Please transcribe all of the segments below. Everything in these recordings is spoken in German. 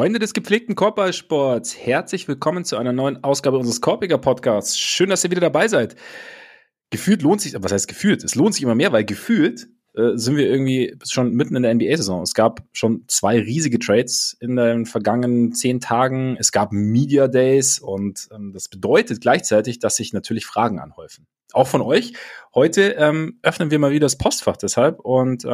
Freunde des gepflegten Korbballsports, herzlich willkommen zu einer neuen Ausgabe unseres Korbiger Podcasts. Schön, dass ihr wieder dabei seid. Gefühlt lohnt sich, was heißt gefühlt? Es lohnt sich immer mehr, weil gefühlt sind wir irgendwie schon mitten in der NBA-Saison. Es gab schon 2 riesige Trades in den vergangenen 10 Tagen. Es gab Media Days und das bedeutet gleichzeitig, dass sich natürlich Fragen anhäufen. Auch von euch. Heute öffnen wir mal wieder das Postfach deshalb und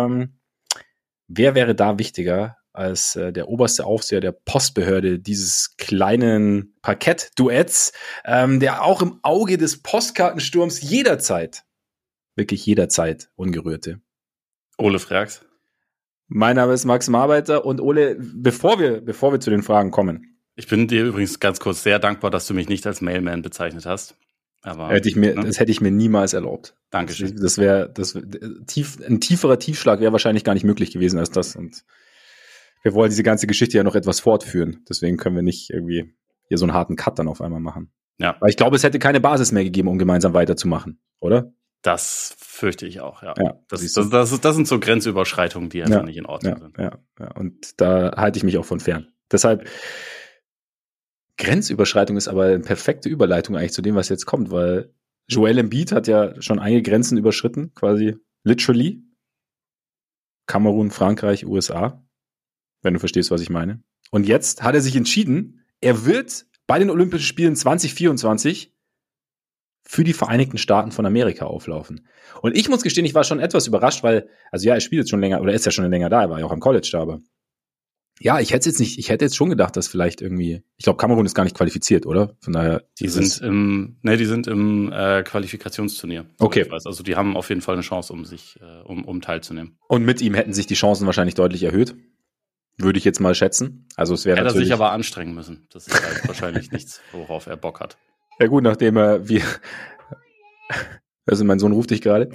wer wäre da wichtiger als der oberste Aufseher der Postbehörde dieses kleinen Parkettduetts, der auch im Auge des Postkartensturms jederzeit, wirklich jederzeit ungerührte. Ole Frags. Mein Name ist Max Marbeiter und Ole, bevor wir zu den Fragen kommen. Ich bin dir übrigens ganz kurz sehr dankbar, dass du mich nicht als Mailman bezeichnet hast. Aber das hätte ich mir niemals erlaubt. Dankeschön. Das wäre ein tieferer Tiefschlag wäre wahrscheinlich gar nicht möglich gewesen als das. Und wir wollen diese ganze Geschichte ja noch etwas fortführen. Deswegen können wir nicht irgendwie hier so einen harten Cut dann auf einmal machen. Ja. Weil ich glaube, es hätte keine Basis mehr gegeben, um gemeinsam weiterzumachen, oder? Das fürchte ich auch, ja. Das sind sind so Grenzüberschreitungen, die einfach nicht in Ordnung sind. Ja. Und da halte ich mich auch von fern. Deshalb, Grenzüberschreitung ist aber eine perfekte Überleitung eigentlich zu dem, was jetzt kommt, weil Joel Embiid hat ja schon einige Grenzen überschritten, quasi literally. Kamerun, Frankreich, USA, wenn du verstehst, was ich meine. Und jetzt hat er sich entschieden, er wird bei den Olympischen Spielen 2024 für die Vereinigten Staaten von Amerika auflaufen. Und ich muss gestehen, ich war schon etwas überrascht, weil, also ja, er spielt jetzt schon länger, oder ist ja schon länger da, er war ja auch am College da, aber ja, ich hätte jetzt schon gedacht, dass vielleicht irgendwie, ich glaube, Kamerun ist gar nicht qualifiziert, oder? Von daher. Die sind im Qualifikationsturnier. Okay. Ich weiß. Also die haben auf jeden Fall eine Chance, um teilzunehmen. Und mit ihm hätten sich die Chancen wahrscheinlich deutlich erhöht. Würde ich jetzt mal schätzen. Also es wäre hätte natürlich. Er sich aber anstrengen müssen. Das ist halt wahrscheinlich nichts, worauf er Bock hat. Ja gut, nachdem er also mein Sohn ruft dich gerade.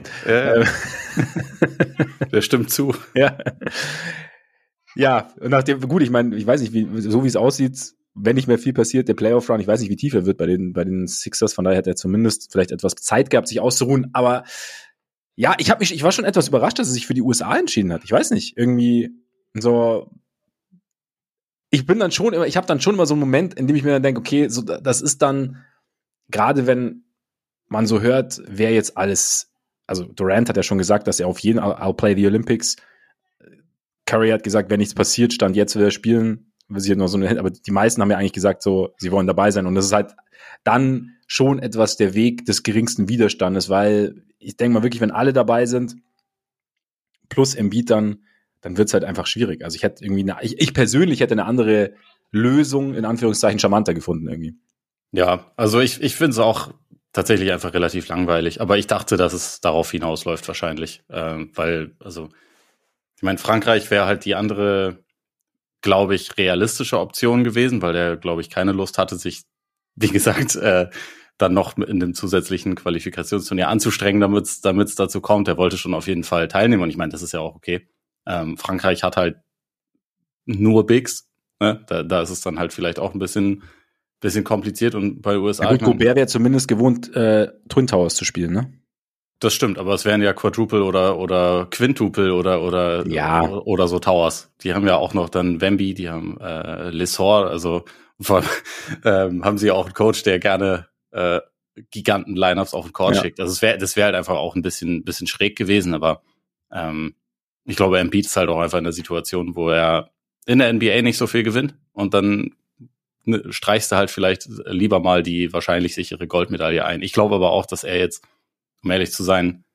Der stimmt zu. Ja. Ja, und nachdem, gut, ich meine, ich weiß nicht, so wie es aussieht, wenn nicht mehr viel passiert, der Playoff-Run, ich weiß nicht, wie tief er wird bei den Sixers, von daher hat er zumindest vielleicht etwas Zeit gehabt, sich auszuruhen, aber ja, ich war schon etwas überrascht, dass er sich für die USA entschieden hat. Ich weiß nicht, irgendwie so, ich habe dann schon immer so einen Moment, in dem ich mir dann denke, okay, so, das ist dann, gerade wenn man so hört, wer jetzt alles, also Durant hat ja schon gesagt, dass er auf jeden I'll play the Olympics. Curry hat gesagt, wenn nichts passiert, Stand jetzt will er spielen. Aber die meisten haben ja eigentlich gesagt, so, sie wollen dabei sein. Und das ist halt dann schon etwas der Weg des geringsten Widerstandes, weil ich denke mal wirklich, wenn alle dabei sind, plus Embiid dann wird es halt einfach schwierig. Also ich persönlich hätte eine andere Lösung, in Anführungszeichen, charmanter gefunden irgendwie. Ja, also ich finde es auch tatsächlich einfach relativ langweilig. Aber ich dachte, dass es darauf hinausläuft wahrscheinlich. Weil, also ich meine, Frankreich wäre halt die andere, glaube ich, realistische Option gewesen, weil der, glaube ich, keine Lust hatte, sich, wie gesagt, dann noch in dem zusätzlichen Qualifikationsturnier anzustrengen, damit es dazu kommt. Er wollte schon auf jeden Fall teilnehmen und ich meine, das ist ja auch okay. Frankreich hat halt nur Bigs, ne? Da ist es dann halt vielleicht auch ein bisschen kompliziert und bei USA. Ja gut, Gobert wäre zumindest gewohnt, Twin Towers zu spielen, ne? Das stimmt, aber es wären ja Quadruple oder Quintuple oder so Towers. Die haben ja auch noch dann Wemby, die haben Lessor, also vor allem haben sie auch einen Coach, der gerne Giganten-Lineups auf den Court schickt. Also das wäre halt einfach auch ein bisschen schräg gewesen, aber ich glaube, Embiid ist halt auch einfach in der Situation, wo er in der NBA nicht so viel gewinnt und dann streichst du halt vielleicht lieber mal die wahrscheinlich sichere Goldmedaille ein. Ich glaube aber auch, dass er jetzt, um ehrlich zu sein,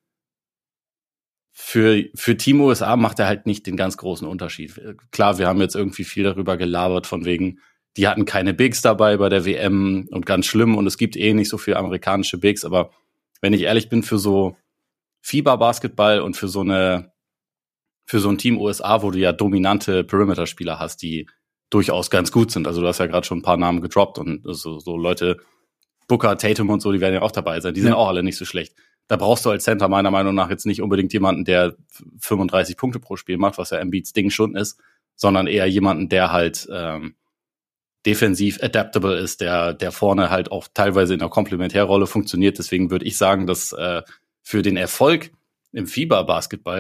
für Team USA macht er halt nicht den ganz großen Unterschied. Klar, wir haben jetzt irgendwie viel darüber gelabert, von wegen, die hatten keine Bigs dabei bei der WM und ganz schlimm und es gibt nicht so viele amerikanische Bigs, aber wenn ich ehrlich bin, für so FIBA-Basketball und für so ein Team USA, wo du ja dominante Perimeter-Spieler hast, die durchaus ganz gut sind. Also du hast ja gerade schon ein paar Namen gedroppt und so Leute, Booker, Tatum und so, die werden ja auch dabei sein. Die sind auch alle nicht so schlecht. Da brauchst du als Center meiner Meinung nach jetzt nicht unbedingt jemanden, der 35 Punkte pro Spiel macht, was ja Embiids Ding schon ist, sondern eher jemanden, der halt defensiv adaptable ist, der vorne halt auch teilweise in der Komplementärrolle funktioniert. Deswegen würde ich sagen, dass für den Erfolg im FIBA-Basketball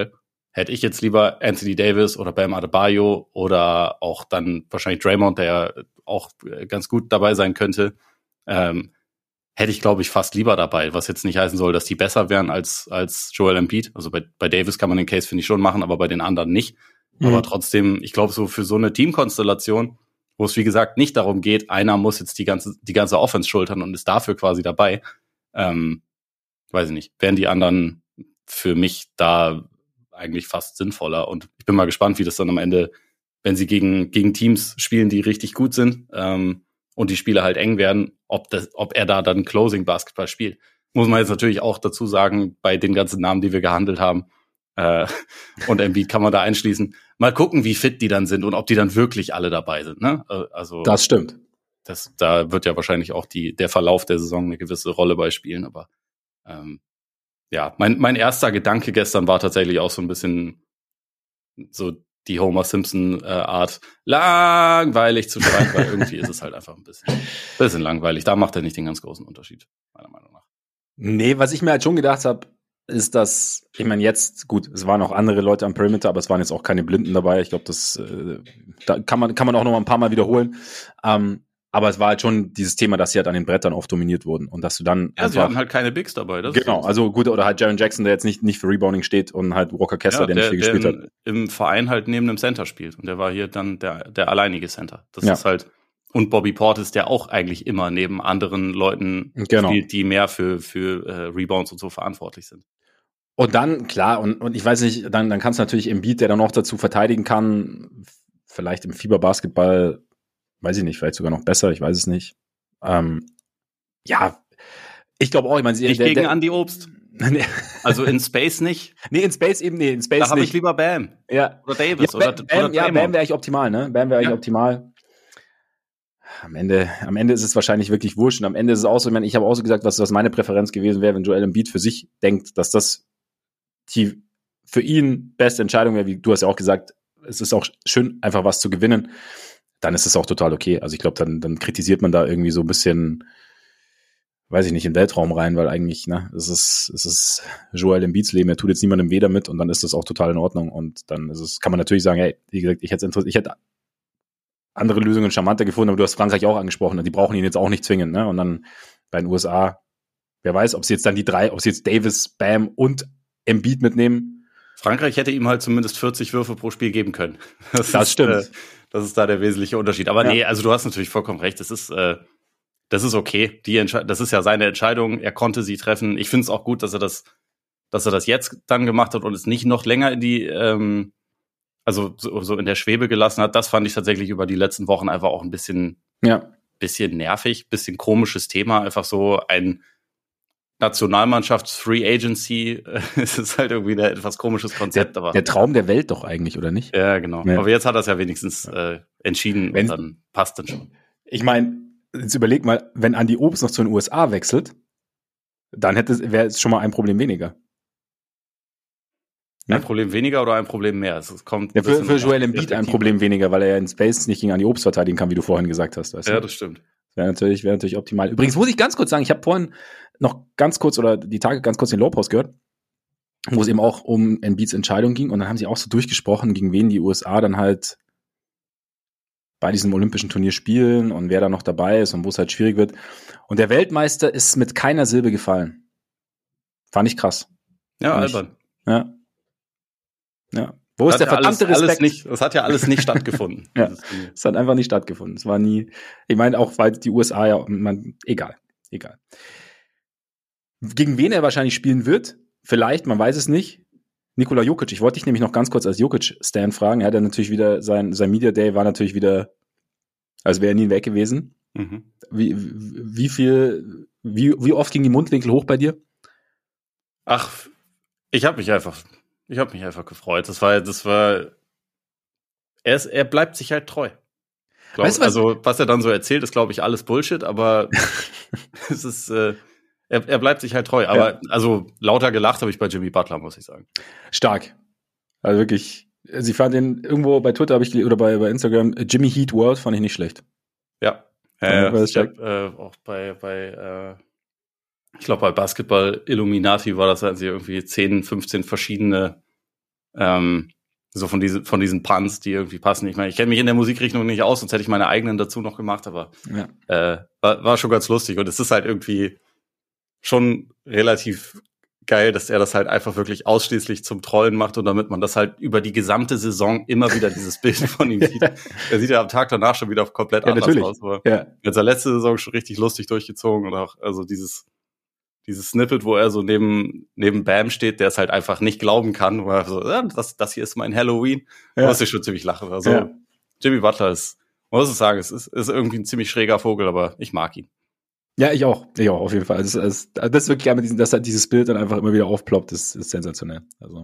hätte ich jetzt lieber Anthony Davis oder Bam Adebayo oder auch dann wahrscheinlich Draymond, der ja auch ganz gut dabei sein könnte, hätte ich, glaube ich, fast lieber dabei, was jetzt nicht heißen soll, dass die besser wären als Joel Embiid. Also bei Davis kann man den Case, finde ich, schon machen, aber bei den anderen nicht. Aber trotzdem, ich glaube, so für so eine Teamkonstellation, wo es, wie gesagt, nicht darum geht, einer muss jetzt die ganze Offense schultern und ist dafür quasi dabei, weiß ich nicht, wären die anderen für mich da eigentlich fast sinnvoller. Und ich bin mal gespannt, wie das dann am Ende, wenn sie gegen Teams spielen, die richtig gut sind, und die Spiele halt eng werden, ob er da dann Closing-Basketball spielt. Muss man jetzt natürlich auch dazu sagen, bei den ganzen Namen, die wir gehandelt haben, und Embiid kann man da einschließen. Mal gucken, wie fit die dann sind und ob die dann wirklich alle dabei sind. Ne? Also das stimmt. Da wird ja wahrscheinlich auch der Verlauf der Saison eine gewisse Rolle bei spielen. Aber ja, mein erster Gedanke gestern war tatsächlich auch so ein bisschen so die Homer Simpson Art, langweilig zu schreiben, weil irgendwie ist es halt einfach ein bisschen langweilig. Da macht er nicht den ganz großen Unterschied, meiner Meinung nach. Nee, was ich mir halt schon gedacht habe, ist, dass, ich meine jetzt, gut, es waren auch andere Leute am Perimeter, aber es waren jetzt auch keine Blinden dabei. Ich glaube, da kann man auch noch mal ein paar Mal wiederholen. Aber es war halt schon dieses Thema, dass sie halt an den Brettern oft dominiert wurden und dass du dann ja, sie hatten halt keine Bigs dabei. Das genau, also gut, oder halt Jaren Jackson, der jetzt nicht für Rebounding steht und halt Walker Kessler, der nicht viel gespielt hat. Im Verein halt neben einem Center spielt und der war hier dann der alleinige Center. Das ist halt, und Bobby Portis, der auch eigentlich immer neben anderen Leuten spielt, die mehr für Rebounds und so verantwortlich sind. Und dann, klar, und ich weiß nicht, dann kannst du natürlich Embiid, der dann noch dazu verteidigen kann, vielleicht im Fieberbasketball, weiß ich nicht, vielleicht sogar noch besser, ich weiß es nicht. Ja, ich glaube auch, ich meine, nicht gegen Andy Obst. Also in Space nicht. In Space eben, in Space nicht. Da habe ich lieber Bam. Ja. Oder Davis. Ja, Bam wäre eigentlich optimal, ne? Bam wäre eigentlich optimal. Am Ende ist es wahrscheinlich wirklich wurscht. Und am Ende ist es auch so, ich habe auch so gesagt, was meine Präferenz gewesen wäre, wenn Joel Embiid für sich denkt, dass das die für ihn beste Entscheidung wäre, wie du hast ja auch gesagt, es ist auch schön, einfach was zu gewinnen, dann ist es auch total okay. Also ich glaube, dann kritisiert man da irgendwie so ein bisschen, weiß ich nicht, in den Weltraum rein, weil eigentlich, ne, es ist Joel Embiids Leben, er tut jetzt niemandem weh damit und dann ist das auch total in Ordnung und dann kann man natürlich sagen, hey, wie gesagt, ich hätte andere Lösungen charmanter gefunden, aber du hast Frankreich auch angesprochen und die brauchen ihn jetzt auch nicht zwingend, ne, und dann bei den USA, wer weiß, ob sie jetzt dann ob sie jetzt Davis, Bam und Embiid mitnehmen. Frankreich hätte ihm halt zumindest 40 Würfe pro Spiel geben können. Das stimmt. Das ist da der wesentliche Unterschied. Aber nee, also du hast natürlich vollkommen recht. Das ist okay. Das ist ja seine Entscheidung. Er konnte sie treffen. Ich finde es auch gut, dass er das jetzt dann gemacht hat und es nicht noch länger in die, also so in der Schwebe gelassen hat. Das fand ich tatsächlich über die letzten Wochen einfach auch ein bisschen nervig, bisschen komisches Thema. Einfach so ein Nationalmannschafts-Free Agency, es ist halt irgendwie ein etwas komisches Konzept. Aber der Traum der Welt doch eigentlich, oder nicht? Ja, genau. Ja. Aber jetzt hat er es ja wenigstens entschieden und dann passt dann schon. Ich meine, jetzt überleg mal, wenn Andy Obst noch zu den USA wechselt, dann wäre es schon mal ein Problem weniger. Ein Problem weniger oder ein Problem mehr? Es kommt für Joel Embiid ein Problem weniger, weil er ja in Space nicht gegen Andy Obst verteidigen kann, wie du vorhin gesagt hast. Weißt du? Ja, das stimmt. Wäre natürlich optimal. Übrigens muss ich ganz kurz sagen, ich habe vorhin noch ganz kurz oder die Tage ganz kurz den Low-Post gehört, wo es eben auch um Embiids Entscheidung ging und dann haben sie auch so durchgesprochen, gegen wen die USA dann halt bei diesem olympischen Turnier spielen und wer da noch dabei ist und wo es halt schwierig wird. Und der Weltmeister ist mit keiner Silbe gefallen. Fand ich krass. Ja, albern. Ja. Wo ist der verdammte Respekt? Das hat ja alles nicht stattgefunden. Ja, es hat einfach nicht stattgefunden. Es war nie, ich meine auch, weil die USA ja, egal. Gegen wen er wahrscheinlich spielen wird, vielleicht, man weiß es nicht, Nikola Jokic. Ich wollte dich nämlich noch ganz kurz als Jokic-Stan fragen. Er hat ja natürlich wieder, sein Media Day war natürlich wieder, als wäre er nie weg gewesen. Mhm. Wie oft ging die Mundwinkel hoch bei dir? Ach, ich habe mich einfach gefreut. Er bleibt sich halt treu. Weißt du, also, was er dann so erzählt, ist, glaube ich, alles Bullshit, aber es ist, er bleibt sich halt treu. Aber, also, lauter gelacht habe ich bei Jimmy Butler, muss ich sagen. Stark. Also wirklich, ich fand den irgendwo bei Twitter oder bei Instagram, Jimmy Heat World fand ich nicht schlecht. Ja. Ich habe auch ich glaube, bei Basketball Illuminati war das, als sie irgendwie 10, 15 verschiedene So von diesen Punts, die irgendwie passen. Ich meine, ich kenne mich in der Musikrichtung nicht aus, sonst hätte ich meine eigenen dazu noch gemacht, aber war schon ganz lustig. Und es ist halt irgendwie schon relativ geil, dass er das halt einfach wirklich ausschließlich zum Trollen macht und damit man das halt über die gesamte Saison immer wieder dieses Bild von ihm sieht. Er sieht ja am Tag danach schon wieder komplett anders aus. Aber jetzt der letzte Saison schon richtig lustig durchgezogen und auch also dieses Snippet, wo er so neben Bam steht, der es halt einfach nicht glauben kann, wo er so, das hier ist mein Halloween. Muss ich schon ziemlich lachen. Also Jimmy Butler muss ich sagen, es ist irgendwie ein ziemlich schräger Vogel, aber ich mag ihn. Ja, ich auch, auf jeden Fall. Das ist wirklich geil, dass halt dieses Bild dann einfach immer wieder aufploppt, ist sensationell. Also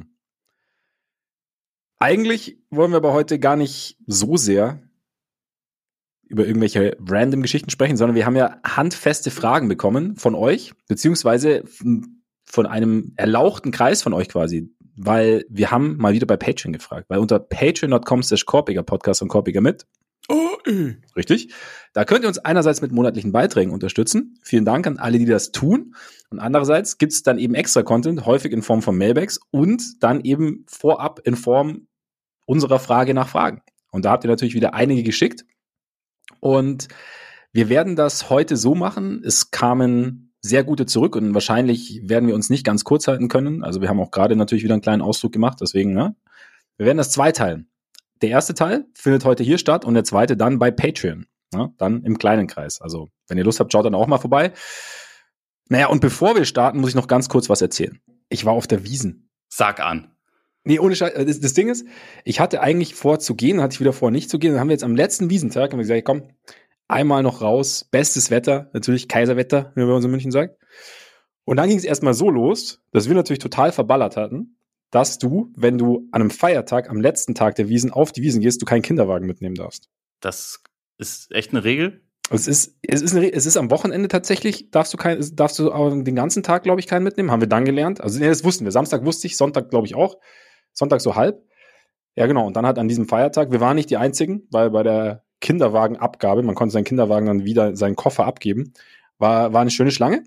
eigentlich wollen wir aber heute gar nicht so sehr über irgendwelche random Geschichten sprechen, sondern wir haben ja handfeste Fragen bekommen von euch, beziehungsweise von einem erlauchten Kreis von euch quasi, weil wir haben mal wieder bei Patreon gefragt, weil unter patreon.com/korpiger-podcast und Korpiger mit richtig. Da könnt ihr uns einerseits mit monatlichen Beiträgen unterstützen. Vielen Dank an alle, die das tun. Und andererseits gibt's dann eben extra Content, häufig in Form von Mailbacks und dann eben vorab in Form unserer Frage nach Fragen. Und da habt ihr natürlich wieder einige geschickt. Und wir werden das heute so machen. Es kamen sehr gute zurück und wahrscheinlich werden wir uns nicht ganz kurz halten können. Also wir haben auch gerade natürlich wieder einen kleinen Ausflug gemacht. Deswegen, wir werden das zweiteilen. Der erste Teil findet heute hier statt und der zweite dann bei Patreon. Dann im kleinen Kreis. Also, wenn ihr Lust habt, schaut dann auch mal vorbei. Naja, und bevor wir starten, muss ich noch ganz kurz was erzählen. Ich war auf der Wiesn. Sag an. Nee, ohne Scheiß. Das Ding ist, ich hatte eigentlich vor zu gehen, hatte ich wieder vor nicht zu gehen. Dann haben wir jetzt am letzten Wiesentag haben wir gesagt, komm, einmal noch raus. Bestes Wetter, natürlich Kaiserwetter, wie man bei uns in München sagt. Und dann ging es erstmal so los, dass wir natürlich total verballert hatten, dass du, wenn du an einem Feiertag, am letzten Tag der Wiesn auf die Wiesn gehst, du keinen Kinderwagen mitnehmen darfst. Das ist echt eine Regel? Es ist am Wochenende tatsächlich, darfst du aber den ganzen Tag, glaube ich, keinen mitnehmen. Haben wir dann gelernt. Also, das wussten wir. Samstag wusste ich, Sonntag, glaube ich, auch. Sonntag so halb. Ja, genau. Und dann hat an diesem Feiertag, wir waren nicht die Einzigen, weil bei der Kinderwagenabgabe, man konnte seinen Kinderwagen dann wieder seinen Koffer abgeben, war eine schöne Schlange.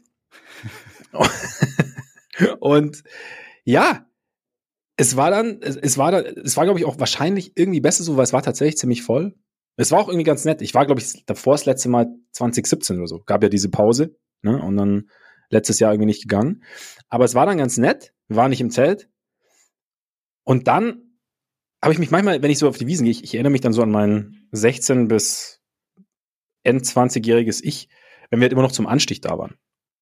Und ja, es war, glaube ich, auch wahrscheinlich irgendwie besser so, weil es war tatsächlich ziemlich voll. Es war auch irgendwie ganz nett. Ich war, glaube ich, davor das letzte Mal 2017 oder so. Gab ja diese Pause, ne? Und dann letztes Jahr irgendwie nicht gegangen. Aber es war dann ganz nett. Wir waren nicht im Zelt. Und dann habe ich mich manchmal, wenn ich so auf die Wiesn gehe, ich erinnere mich dann so an mein 16- bis End-20-jähriges Ich, wenn wir halt immer noch zum Anstich da waren.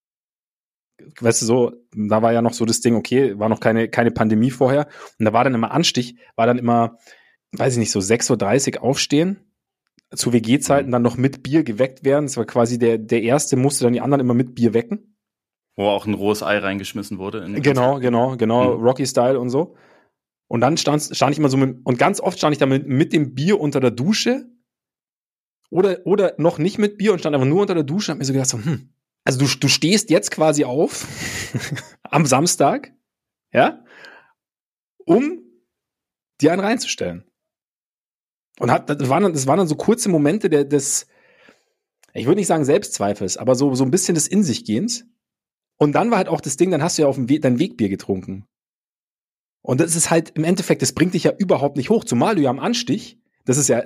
Weißt du, so, da war ja noch so das Ding, okay, war noch keine Pandemie vorher. Und da war dann immer Anstich, war dann immer, weiß ich nicht, so 6:30 Uhr aufstehen, zu WG-Zeiten dann noch mit Bier geweckt werden. Das war quasi der erste, musste dann die anderen immer mit Bier wecken. Wo auch ein rohes Ei reingeschmissen wurde. Genau, Rocky-Style und so. Und dann stand ich immer so und ganz oft stand ich dann mit dem Bier unter der Dusche oder noch nicht mit Bier und stand einfach nur unter der Dusche und hab mir so gedacht, so, also du stehst jetzt quasi auf am Samstag, ja, um dir einen reinzustellen. Und das waren dann so kurze Momente des, ich würde nicht sagen Selbstzweifels, aber so ein bisschen des In-sich-Gehens. Und dann war halt auch das Ding, dann hast du ja auf dem Weg dein Wegbier getrunken. Und das ist halt im Endeffekt, das bringt dich ja überhaupt nicht hoch, zumal du ja am Anstich, das ist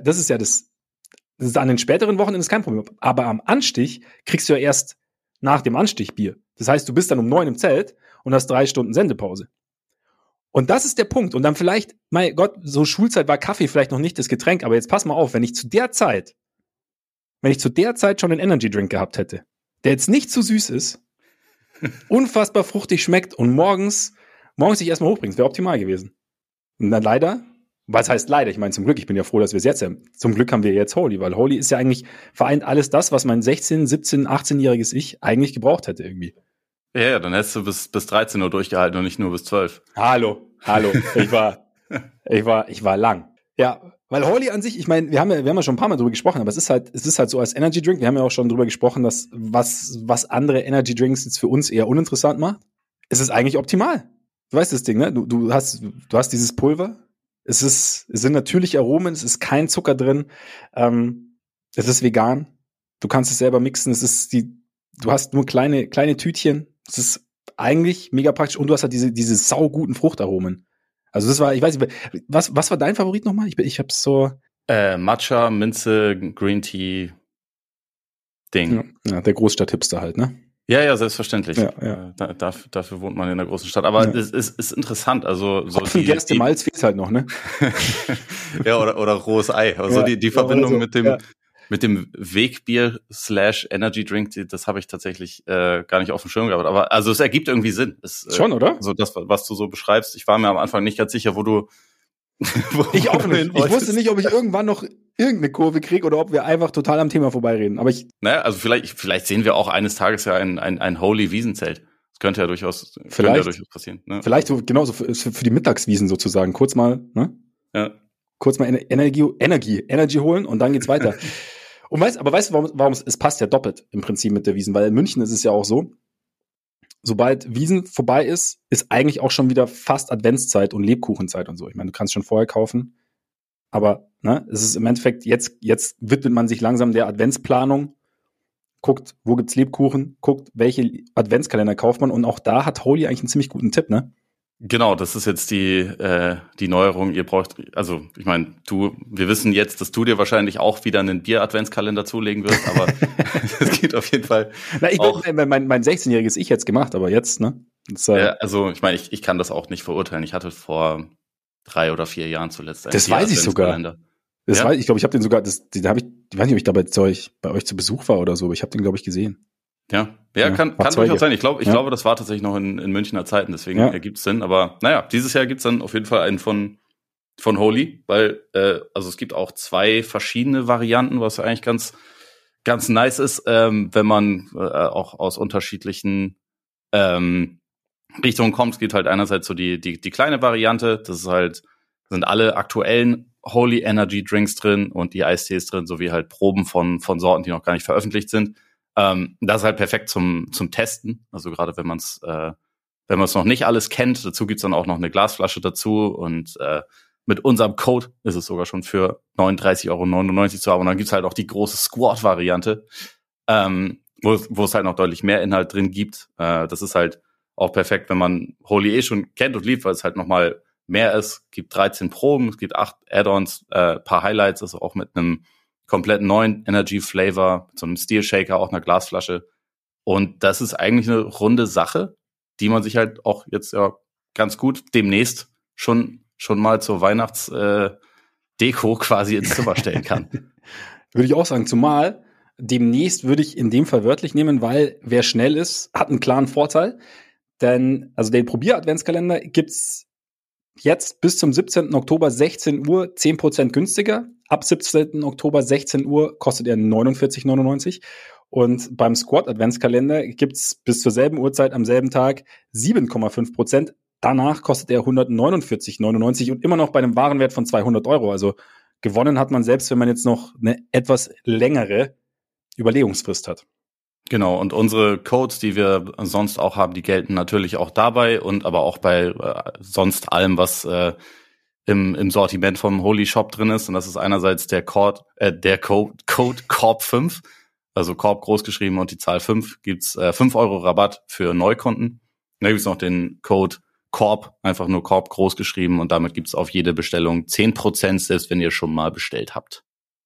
an den späteren Wochenenden ist kein Problem, aber am Anstich kriegst du ja erst nach dem Anstich Bier. Das heißt, du bist dann um 9 im Zelt und hast 3 Stunden Sendepause. Und das ist der Punkt. Und dann vielleicht, mein Gott, so Schulzeit war Kaffee vielleicht noch nicht das Getränk, aber jetzt pass mal auf, wenn ich zu der Zeit schon einen Energy Drink gehabt hätte, der jetzt nicht zu süß ist, unfassbar fruchtig schmeckt und morgens dich erstmal hochbringst, wäre optimal gewesen. Und dann leider, was heißt leider? Ich meine zum Glück, ich bin ja froh, dass wir es jetzt haben. Zum Glück haben wir jetzt Holy, weil Holy ist ja eigentlich, vereint alles das, was mein 16-, 17-, 18-jähriges Ich eigentlich gebraucht hätte irgendwie. Ja, dann hättest du bis 13 Uhr durchgehalten und nicht nur bis 12. Hallo. Ich war lang. Ja, weil Holy an sich, ich meine, wir haben ja schon ein paar Mal drüber gesprochen, aber es ist halt so als Energy Drink, wir haben ja auch schon drüber gesprochen, dass was andere Energy Drinks jetzt für uns eher uninteressant macht, ist es eigentlich optimal. Du weißt das Ding, ne? Du hast dieses Pulver. Es sind natürliche Aromen, es ist kein Zucker drin. Es ist vegan. Du kannst es selber mixen. Du hast nur kleine Tütchen. Es ist eigentlich mega praktisch und du hast halt diese sauguten Fruchtaromen. Also das war, ich weiß nicht, was war dein Favorit nochmal? Ich hab's so... Matcha, Minze, Green Tea, Ding. Ja, der Großstadt-Hipster halt, ne? Ja, selbstverständlich. Ja. Dafür wohnt man in der großen Stadt. Aber es ist interessant. Also so Gerste, Malz fehlt halt noch, ne? Ja, oder rohes Ei. Also die Verbindung mit dem Wegbier / Energy Drink, das habe ich tatsächlich gar nicht auf dem Schirm gehabt. Aber also es ergibt irgendwie Sinn. Schon, oder? So das, was du so beschreibst. Ich war mir am Anfang nicht ganz sicher, ich auch nicht. Ich wusste nicht, ob ich irgendwann noch irgendeine Kurve kriege oder ob wir einfach total am Thema vorbeireden. Aber also vielleicht sehen wir auch eines Tages ja ein Holy Wiesenzelt. Das könnte ja durchaus passieren. Ne? Vielleicht so genauso für die Mittagswiesen sozusagen. Kurz mal, ne? Ja. Kurz mal Energy holen und dann geht's weiter. Und weißt du, warum es passt ja doppelt im Prinzip mit der Wiesen, weil in München ist es ja auch so, sobald Wiesen vorbei ist eigentlich auch schon wieder fast Adventszeit und Lebkuchenzeit und so. Ich meine, du kannst schon vorher kaufen, aber ne, es ist im Endeffekt, jetzt widmet man sich langsam der Adventsplanung, guckt, wo gibt's Lebkuchen, guckt, welche Adventskalender kauft man und auch da hat Holy eigentlich einen ziemlich guten Tipp, ne? Genau, das ist jetzt die Neuerung. Ihr braucht, also ich meine, wir wissen jetzt, dass du dir wahrscheinlich auch wieder einen Bier-Adventskalender zulegen wirst, aber es geht auf jeden Fall. Na, mein 16-jähriges Ich jetzt gemacht, aber jetzt, ne? Also ich meine, ich kann das auch nicht verurteilen. Ich hatte vor 3 oder 4 Jahren zuletzt einen Das weiß ich sogar. Ich glaube, ich habe den sogar, ich weiß nicht, ob ich da bei euch zu Besuch war oder so, aber ich habe den, glaube ich, gesehen. Ja, kann durchaus sein. Ich glaube, das war tatsächlich noch in Münchner Zeiten, deswegen ergibt's Sinn. Aber naja, dieses Jahr gibt's dann auf jeden Fall einen von Holy, weil also es gibt auch 2 verschiedene Varianten, was eigentlich ganz ganz nice ist, wenn man auch aus unterschiedlichen Richtungen kommt. Es gibt halt einerseits so die kleine Variante, das ist halt, sind alle aktuellen Holy Energy Drinks drin und die Eistees drin, sowie halt Proben von Sorten, die noch gar nicht veröffentlicht sind. Das ist halt perfekt zum Testen. Also gerade wenn man es noch nicht alles kennt, dazu gibt's dann auch noch eine Glasflasche dazu und mit unserem Code ist es sogar schon für 39,99 € zu haben. Und dann gibt's halt auch die große Squad-Variante, wo es halt noch deutlich mehr Inhalt drin gibt. Das ist halt auch perfekt, wenn man Holy schon kennt und liebt, weil es halt nochmal mehr ist. Es gibt 13 Proben, es gibt 8 Add-ons, paar Highlights, also auch mit einem komplett neuen Energy-Flavor, mit so einem Steel Shaker, auch einer Glasflasche. Und das ist eigentlich eine runde Sache, die man sich halt auch jetzt ja ganz gut demnächst schon mal zur Weihnachtsdeko quasi ins Zimmer stellen kann. Würde ich auch sagen, zumal demnächst würde ich in dem Fall wörtlich nehmen, weil wer schnell ist, hat einen klaren Vorteil. Denn, also den Probier-Adventskalender gibt's jetzt bis zum 17. Oktober 16 Uhr 10% günstiger. Ab 17. Oktober 16 Uhr kostet er 49,99 €. Und beim Squad-Adventskalender gibt's bis zur selben Uhrzeit am selben Tag 7,5%. Danach kostet er 149,99 € und immer noch bei einem Warenwert von 200 €. Also gewonnen hat man selbst, wenn man jetzt noch eine etwas längere Überlegungsfrist hat. Genau, und unsere Codes, die wir sonst auch haben, die gelten natürlich auch dabei und aber auch bei sonst allem, was im Sortiment vom Holy Shop drin ist. Und das ist einerseits der Code Korb5, also Korb groß geschrieben und die Zahl 5, gibt's 5 € Rabatt für Neukunden. Da gibt's noch den Code Korb, einfach nur Korb groß geschrieben und damit gibt's auf jede Bestellung 10%, selbst wenn ihr schon mal bestellt habt.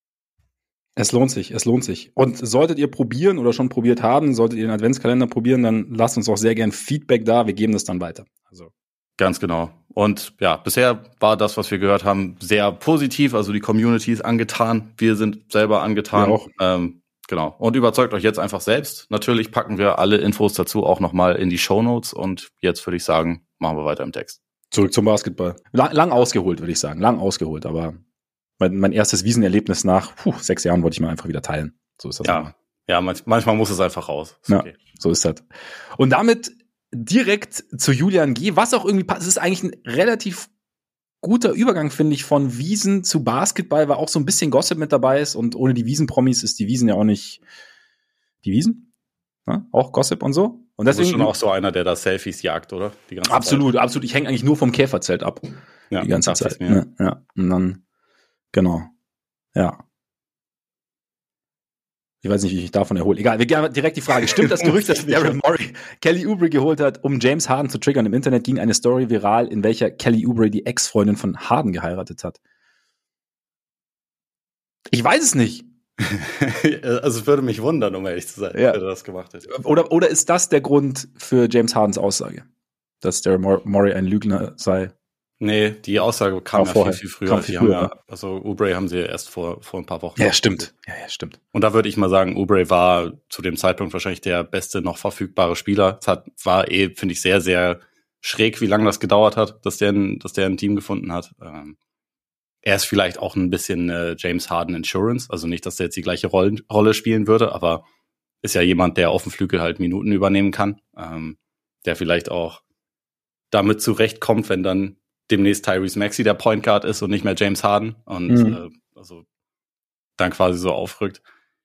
Es lohnt sich. Und solltet ihr probieren oder schon probiert haben, solltet ihr den Adventskalender probieren, dann lasst uns auch sehr gern Feedback da. Wir geben das dann weiter. Also. Ganz genau. Und ja, bisher war das, was wir gehört haben, sehr positiv. Also die Community ist angetan. Wir sind selber angetan. Ja, auch. Genau. Und überzeugt euch jetzt einfach selbst. Natürlich packen wir alle Infos dazu auch nochmal in die Shownotes. Und jetzt würde ich sagen, machen wir weiter im Text. Zurück zum Basketball. Lang ausgeholt, würde ich sagen. Lang ausgeholt, aber mein erstes Wiesenerlebnis nach 6 Jahren wollte ich mal einfach wieder teilen. So ist das. Ja, manchmal muss es einfach raus. Ist okay. So ist das. Und damit direkt zu Julian G., was auch irgendwie passt. Es ist eigentlich ein relativ guter Übergang, finde ich, von Wiesen zu Basketball, weil auch so ein bisschen Gossip mit dabei ist und ohne die Wiesen-Promis ist die Wiesen ja auch nicht die Wiesen. Ja, auch Gossip und so. Und deswegen, du bist schon auch so einer, der da Selfies jagt, oder? Die ganze absolut. Ich hänge eigentlich nur vom Käferzelt ab. Ja, die ganze Zeit. Ja. Und dann, genau. Ja. Ich weiß nicht, wie ich mich davon erhole. Egal, wir gehen direkt die Frage. Stimmt das Gerücht, dass Daryl Morey Kelly Oubre geholt hat, um James Harden zu triggern? Im Internet ging eine Story viral, in welcher Kelly Oubre die Ex-Freundin von Harden geheiratet hat. Ich weiß es nicht. Also es würde mich wundern, um ehrlich zu sein, Ja. wer das gemacht hätte. Oder ist das der Grund für James Hardens Aussage? Dass Daryl Morey ein Lügner sei? Nee, die Aussage kam ja vorher. viel früher. Kam viel früher. Also Oubre haben sie erst vor ein paar Wochen. Ja, stimmt. Ja, stimmt. Und da würde ich mal sagen, Oubre war zu dem Zeitpunkt wahrscheinlich der beste noch verfügbare Spieler. Es war finde ich, sehr, sehr schräg, wie lange das gedauert hat, dass der ein Team gefunden hat. Er ist vielleicht auch ein bisschen James Harden Insurance, also nicht, dass der jetzt die gleiche Rolle spielen würde, aber ist ja jemand, der auf dem Flügel halt Minuten übernehmen kann, der vielleicht auch damit zurechtkommt, wenn dann demnächst Tyrese Maxey der Point Guard ist und nicht mehr James Harden und also dann quasi so aufrückt.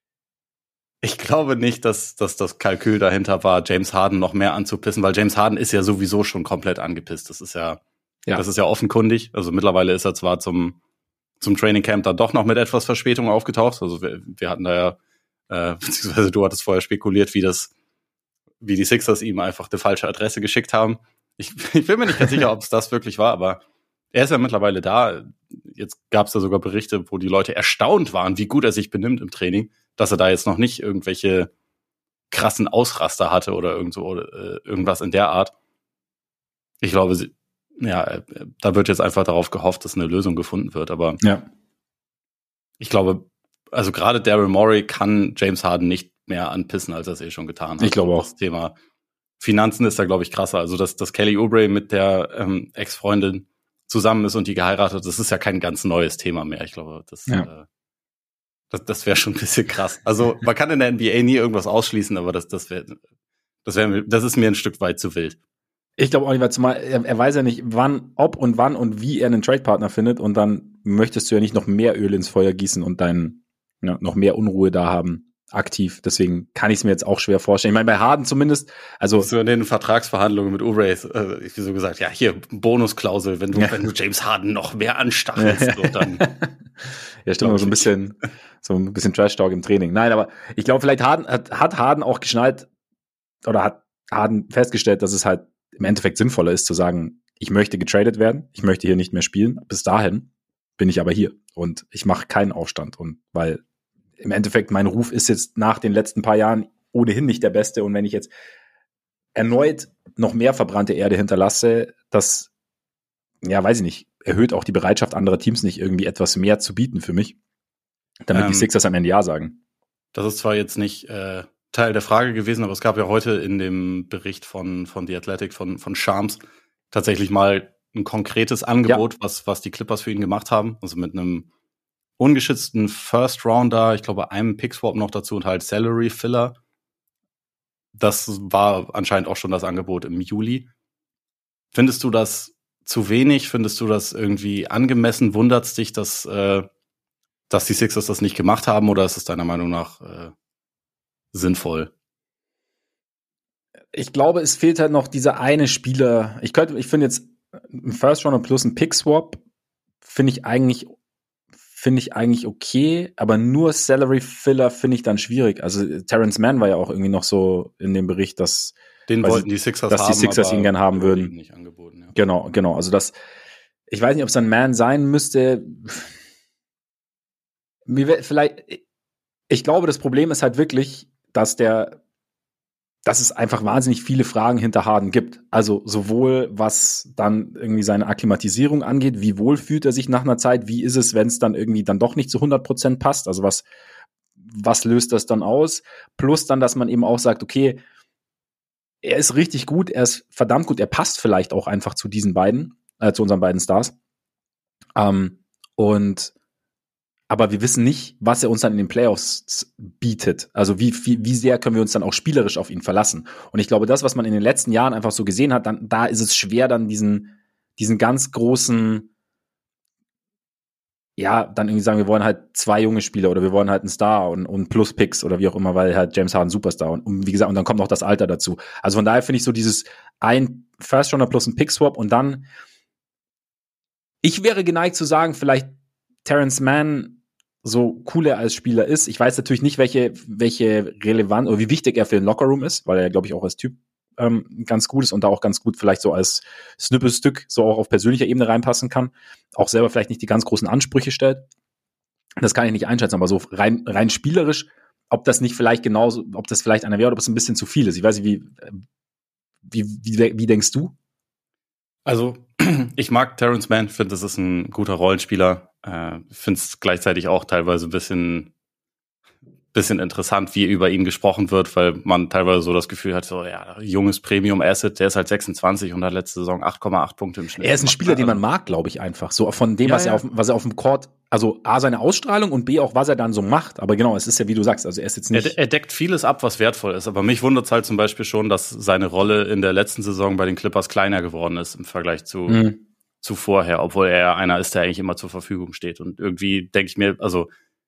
Ich glaube nicht, dass das Kalkül dahinter war, James Harden noch mehr anzupissen, weil James Harden ist ja sowieso schon komplett angepisst. Das ist ja offenkundig. Also mittlerweile ist er zwar zum Training Camp dann doch noch mit etwas Verspätung aufgetaucht. Also wir hatten da ja, beziehungsweise du hattest vorher spekuliert, wie die Sixers ihm einfach die falsche Adresse geschickt haben. Ich bin mir nicht ganz sicher, ob es das wirklich war, aber er ist ja mittlerweile da. Jetzt gab es da sogar Berichte, wo die Leute erstaunt waren, wie gut er sich benimmt im Training, dass er da jetzt noch nicht irgendwelche krassen Ausraster hatte oder irgendwas in der Art. Ich glaube, da wird jetzt einfach darauf gehofft, dass eine Lösung gefunden wird. Aber ich glaube, also gerade Daryl Morey kann James Harden nicht mehr anpissen, als er es schon getan hat. Ich glaube auch. Das Thema Finanzen ist da, glaube ich, krasser. Also, dass Kelly Oubre mit der Ex-Freundin zusammen ist und die geheiratet hat, das ist ja kein ganz neues Thema mehr. Ich glaube, das wäre schon ein bisschen krass. Also, man kann in der NBA nie irgendwas ausschließen, aber das ist mir ein Stück weit zu wild. Ich glaube auch nicht, weil zumal er weiß ja nicht, ob und wann und wie er einen Trade-Partner findet und dann möchtest du ja nicht noch mehr Öl ins Feuer gießen und noch mehr Unruhe da haben, aktiv. Deswegen kann ich es mir jetzt auch schwer vorstellen. Ich meine, bei Harden zumindest, also so in den Vertragsverhandlungen mit Oubre, wie so gesagt, ja, hier Bonusklausel, wenn du James Harden noch mehr anstachelst, so dann. Ja, stimmt, so ein bisschen Trash-Talk im Training. Nein, aber ich glaube, vielleicht hat Harden auch geschnallt oder hat Harden festgestellt, dass es halt im Endeffekt sinnvoller ist zu sagen, ich möchte getradet werden, ich möchte hier nicht mehr spielen. Bis dahin bin ich aber hier und ich mache keinen Aufstand. Und weil im Endeffekt mein Ruf ist jetzt nach den letzten paar Jahren ohnehin nicht der beste. Und wenn ich jetzt erneut noch mehr verbrannte Erde hinterlasse, das, weiß ich nicht, erhöht auch die Bereitschaft anderer Teams nicht irgendwie etwas mehr zu bieten für mich, damit die Sixers am Ende Ja sagen. Das ist zwar jetzt nicht Teil der Frage gewesen, aber es gab ja heute in dem Bericht von The Athletic, von Shams, tatsächlich mal ein konkretes Angebot, was die Clippers für ihn gemacht haben. Also mit einem ungeschützten First Rounder, ich glaube einem Pick-Swap noch dazu und halt Salary Filler. Das war anscheinend auch schon das Angebot im Juli. Findest du das zu wenig? Findest du das irgendwie angemessen? Wundert's dich, dass die Sixers das nicht gemacht haben, oder ist es deiner Meinung nach sinnvoll? Ich glaube, es fehlt halt noch dieser eine Spieler. Ich finde jetzt ein First Rounder plus ein Pick Swap finde ich eigentlich okay, aber nur Salary Filler finde ich dann schwierig. Also Terrence Mann war ja auch irgendwie noch so in dem Bericht, dass den wollten die Sixers dass die Sixers ihn gern haben würden. Nicht angeboten, ja. Genau. Also ich weiß nicht, ob es ein Man sein müsste. Ich glaube, das Problem ist halt wirklich, dass es einfach wahnsinnig viele Fragen hinter Harden gibt. Also sowohl was dann irgendwie seine Akklimatisierung angeht, wie wohl fühlt er sich nach einer Zeit, wie ist es, wenn es dann irgendwie dann doch nicht zu 100% passt, also was löst das dann aus? Plus dann, dass man eben auch sagt, okay, er ist richtig gut, er ist verdammt gut, er passt vielleicht auch einfach zu diesen beiden, zu unseren beiden Stars. Aber wir wissen nicht, was er uns dann in den Playoffs bietet. Also wie sehr können wir uns dann auch spielerisch auf ihn verlassen. Und ich glaube, das, was man in den letzten Jahren einfach so gesehen hat, da ist es schwer, dann diesen ganz großen, dann irgendwie sagen, wir wollen halt 2 junge Spieler oder wir wollen halt einen Star und plus Picks oder wie auch immer, weil halt James Harden Superstar und wie gesagt, und dann kommt noch das Alter dazu. Also von daher finde ich so dieses ein First Rounder plus ein Pick Swap und dann, ich wäre geneigt zu sagen, vielleicht Terrence Mann so cool er als Spieler ist. Ich weiß natürlich nicht, welche Relevanz oder wie wichtig er für den Lockerroom ist, weil er, glaube ich, auch als Typ ganz gut ist und da auch ganz gut vielleicht so als Snippelstück so auch auf persönlicher Ebene reinpassen kann. Auch selber vielleicht nicht die ganz großen Ansprüche stellt. Das kann ich nicht einschätzen, aber so rein spielerisch, ob das nicht vielleicht genauso, ob das vielleicht einer wäre oder ob es ein bisschen zu viel ist. Ich weiß nicht, wie denkst du? Also, ich mag Terrence Mann, finde, das ist ein guter Rollenspieler. Finde es gleichzeitig auch teilweise ein bisschen interessant, wie über ihn gesprochen wird, weil man teilweise so das Gefühl hat, so, ja, junges Premium-Asset, der ist halt 26 und hat letzte Saison 8,8 Punkte im Schnitt. Er ist ein Spieler, den man mag, glaube ich, einfach. So von dem, was er auf dem Court, also A, seine Ausstrahlung und B, auch was er dann so macht. Aber genau, es ist ja, wie du sagst, also er ist jetzt nicht. Er deckt vieles ab, was wertvoll ist. Aber mich wundert es halt zum Beispiel schon, dass seine Rolle in der letzten Saison bei den Clippers kleiner geworden ist im Vergleich zu vorher, obwohl er einer ist, der eigentlich immer zur Verfügung steht. Und irgendwie denke ich mir, also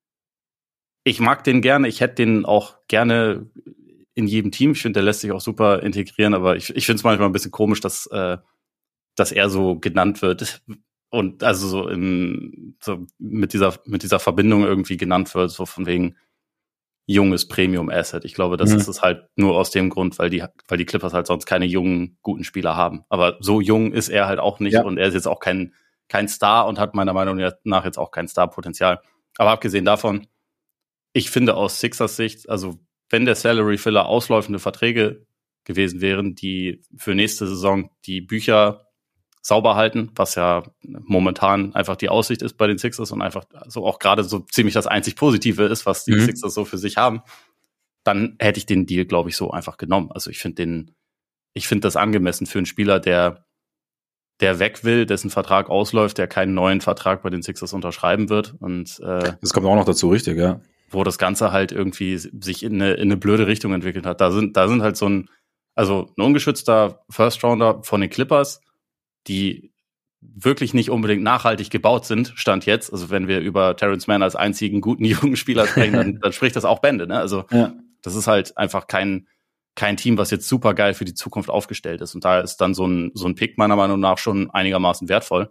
ich mag den gerne, ich hätte den auch gerne in jedem Team. Ich finde, der lässt sich auch super integrieren, aber ich finde es manchmal ein bisschen komisch, dass er so genannt wird und also so mit dieser Verbindung irgendwie genannt wird, so von wegen junges Premium-Asset. Ich glaube, das ist es halt nur aus dem Grund, weil die Clippers halt sonst keine jungen, guten Spieler haben. Aber so jung ist er halt auch nicht und er ist jetzt auch kein Star und hat meiner Meinung nach jetzt auch kein Star-Potenzial. Aber abgesehen davon, ich finde aus Sixers Sicht, also wenn der Salary Filler auslaufende Verträge gewesen wären, die für nächste Saison die Bücher sauber halten, was ja momentan einfach die Aussicht ist bei den Sixers und einfach so auch gerade so ziemlich das einzig Positive ist, was die Sixers so für sich haben, dann hätte ich den Deal, glaube ich, so einfach genommen. Also ich finde das angemessen für einen Spieler, der weg will, dessen Vertrag ausläuft, der keinen neuen Vertrag bei den Sixers unterschreiben wird und das kommt auch noch dazu, richtig, ja. Wo das Ganze halt irgendwie sich in eine blöde Richtung entwickelt hat. Da sind halt ein ungeschützter First-Rounder von den Clippers, die wirklich nicht unbedingt nachhaltig gebaut sind, Stand jetzt. Also wenn wir über Terrence Mann als einzigen guten jungen Spieler sprechen, dann spricht das auch Bände, ne? Also das ist halt einfach kein Team, was jetzt super geil für die Zukunft aufgestellt ist. Und da ist dann so ein Pick meiner Meinung nach schon einigermaßen wertvoll.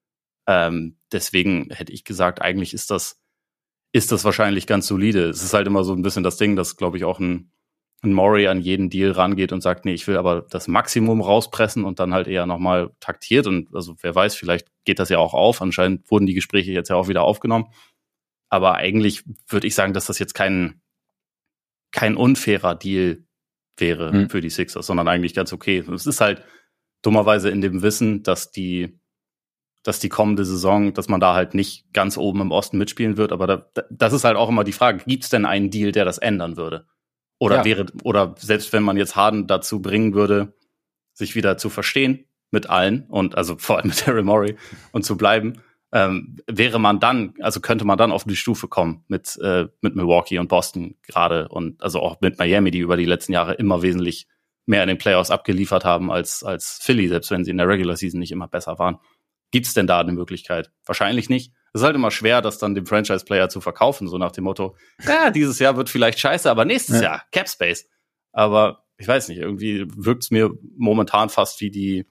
Deswegen hätte ich gesagt, eigentlich ist das wahrscheinlich ganz solide. Es ist halt immer so ein bisschen das Ding, dass, glaube ich, auch ein Morey an jeden Deal rangeht und sagt, nee, ich will aber das Maximum rauspressen und dann halt eher nochmal taktiert. Und also wer weiß, vielleicht geht das ja auch auf. Anscheinend wurden die Gespräche jetzt ja auch wieder aufgenommen. Aber eigentlich würde ich sagen, dass das jetzt kein unfairer Deal wäre für die Sixers, sondern eigentlich ganz okay. Es ist halt dummerweise in dem Wissen, dass die kommende Saison, dass man da halt nicht ganz oben im Osten mitspielen wird. Aber das ist halt auch immer die Frage, gibt es denn einen Deal, der das ändern würde? Oder oder selbst wenn man jetzt Harden dazu bringen würde, sich wieder zu verstehen mit allen und also vor allem mit Daryl Morey und zu bleiben, könnte man dann auf die Stufe kommen mit Milwaukee und Boston gerade und also auch mit Miami, die über die letzten Jahre immer wesentlich mehr in den Playoffs abgeliefert haben als Philly, selbst wenn sie in der Regular Season nicht immer besser waren. Gibt es denn da eine Möglichkeit? Wahrscheinlich nicht. Es ist halt immer schwer, das dann dem Franchise-Player zu verkaufen, so nach dem Motto, ja, dieses Jahr wird vielleicht scheiße, aber nächstes Jahr, Cap Space. Aber ich weiß nicht, irgendwie wirkt es mir momentan fast wie die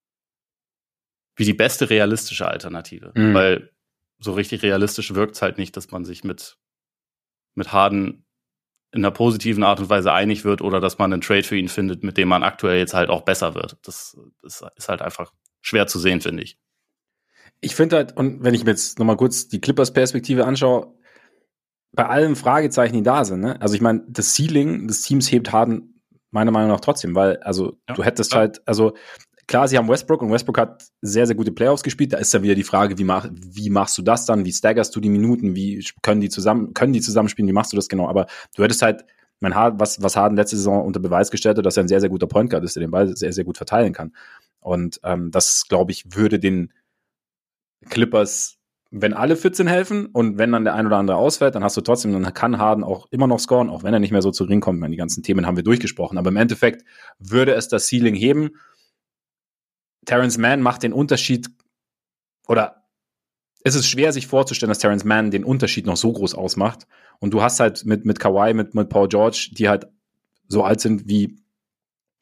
beste realistische Alternative. Weil so richtig realistisch wirkt es halt nicht, dass man sich mit Harden in einer positiven Art und Weise einig wird oder dass man einen Trade für ihn findet, mit dem man aktuell jetzt halt auch besser wird. Das ist halt einfach schwer zu sehen, finde ich. Ich finde halt, und wenn ich mir jetzt nochmal kurz die Clippers-Perspektive anschaue, bei allen Fragezeichen, die da sind, ne? Also ich meine, das Ceiling des Teams hebt Harden meiner Meinung nach trotzdem, weil, also du hättest halt, also klar, sie haben Westbrook und Westbrook hat sehr, sehr gute Playoffs gespielt. Da ist dann wieder die Frage, wie machst du das dann? Wie staggerst du die Minuten? Wie können die zusammenspielen? Wie machst du das genau? Aber du hättest halt, was Harden letzte Saison unter Beweis gestellt hat, dass er ein sehr, sehr guter Point Guard ist, der den Ball sehr, sehr gut verteilen kann. Und das, glaube ich, würde den Clippers, wenn alle fit sind, helfen und wenn dann der ein oder andere ausfällt, dann kann Harden auch immer noch scoren, auch wenn er nicht mehr so zu Ring kommt. Die ganzen Themen haben wir durchgesprochen, aber im Endeffekt würde es das Ceiling heben. Terrence Mann macht den Unterschied, oder es ist schwer, sich vorzustellen, dass Terrence Mann den Unterschied noch so groß ausmacht. Und du hast halt mit Kawhi, mit Paul George, die halt so alt sind wie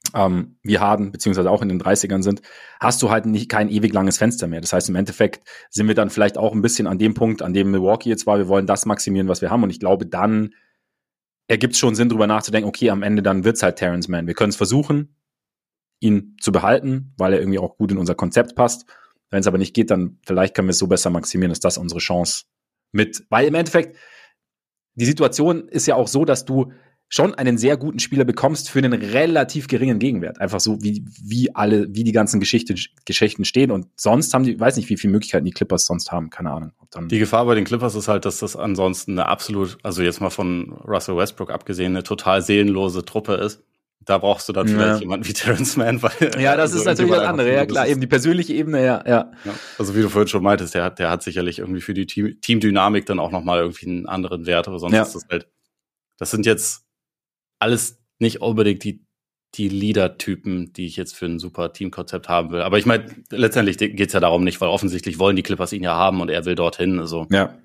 wie Harden, beziehungsweise auch in den 30ern sind, hast du halt kein ewig langes Fenster mehr. Das heißt, im Endeffekt sind wir dann vielleicht auch ein bisschen an dem Punkt, an dem Milwaukee jetzt war, wir wollen das maximieren, was wir haben. Und ich glaube, dann ergibt es schon Sinn, drüber nachzudenken, okay, am Ende dann wird's halt Terrence Mann. Wir können es versuchen, ihn zu behalten, weil er irgendwie auch gut in unser Konzept passt. Wenn es aber nicht geht, dann vielleicht können wir es so besser maximieren, ist das unsere Chance weil im Endeffekt die Situation ist ja auch so, dass du schon einen sehr guten Spieler bekommst für einen relativ geringen Gegenwert. Einfach so, wie die ganzen Geschichten stehen. Und sonst haben die, weiß nicht, wie viele Möglichkeiten die Clippers sonst haben. Keine Ahnung. Die Gefahr bei den Clippers ist halt, dass das ansonsten eine absolut, also jetzt mal von Russell Westbrook abgesehen, eine total seelenlose Truppe ist. Da brauchst du dann vielleicht jemanden wie Terrence Mann, weil ja, das ist natürlich das andere, ja klar, eben die persönliche Ebene, ja. Also wie du vorhin schon meintest, der hat sicherlich irgendwie für die Teamdynamik dann auch nochmal irgendwie einen anderen Wert, aber sonst ist das halt, das sind jetzt alles nicht unbedingt die Leader-Typen, die ich jetzt für ein super Teamkonzept haben will. Aber ich meine, letztendlich geht's ja darum nicht, weil offensichtlich wollen die Clippers ihn ja haben und er will dorthin, also ja,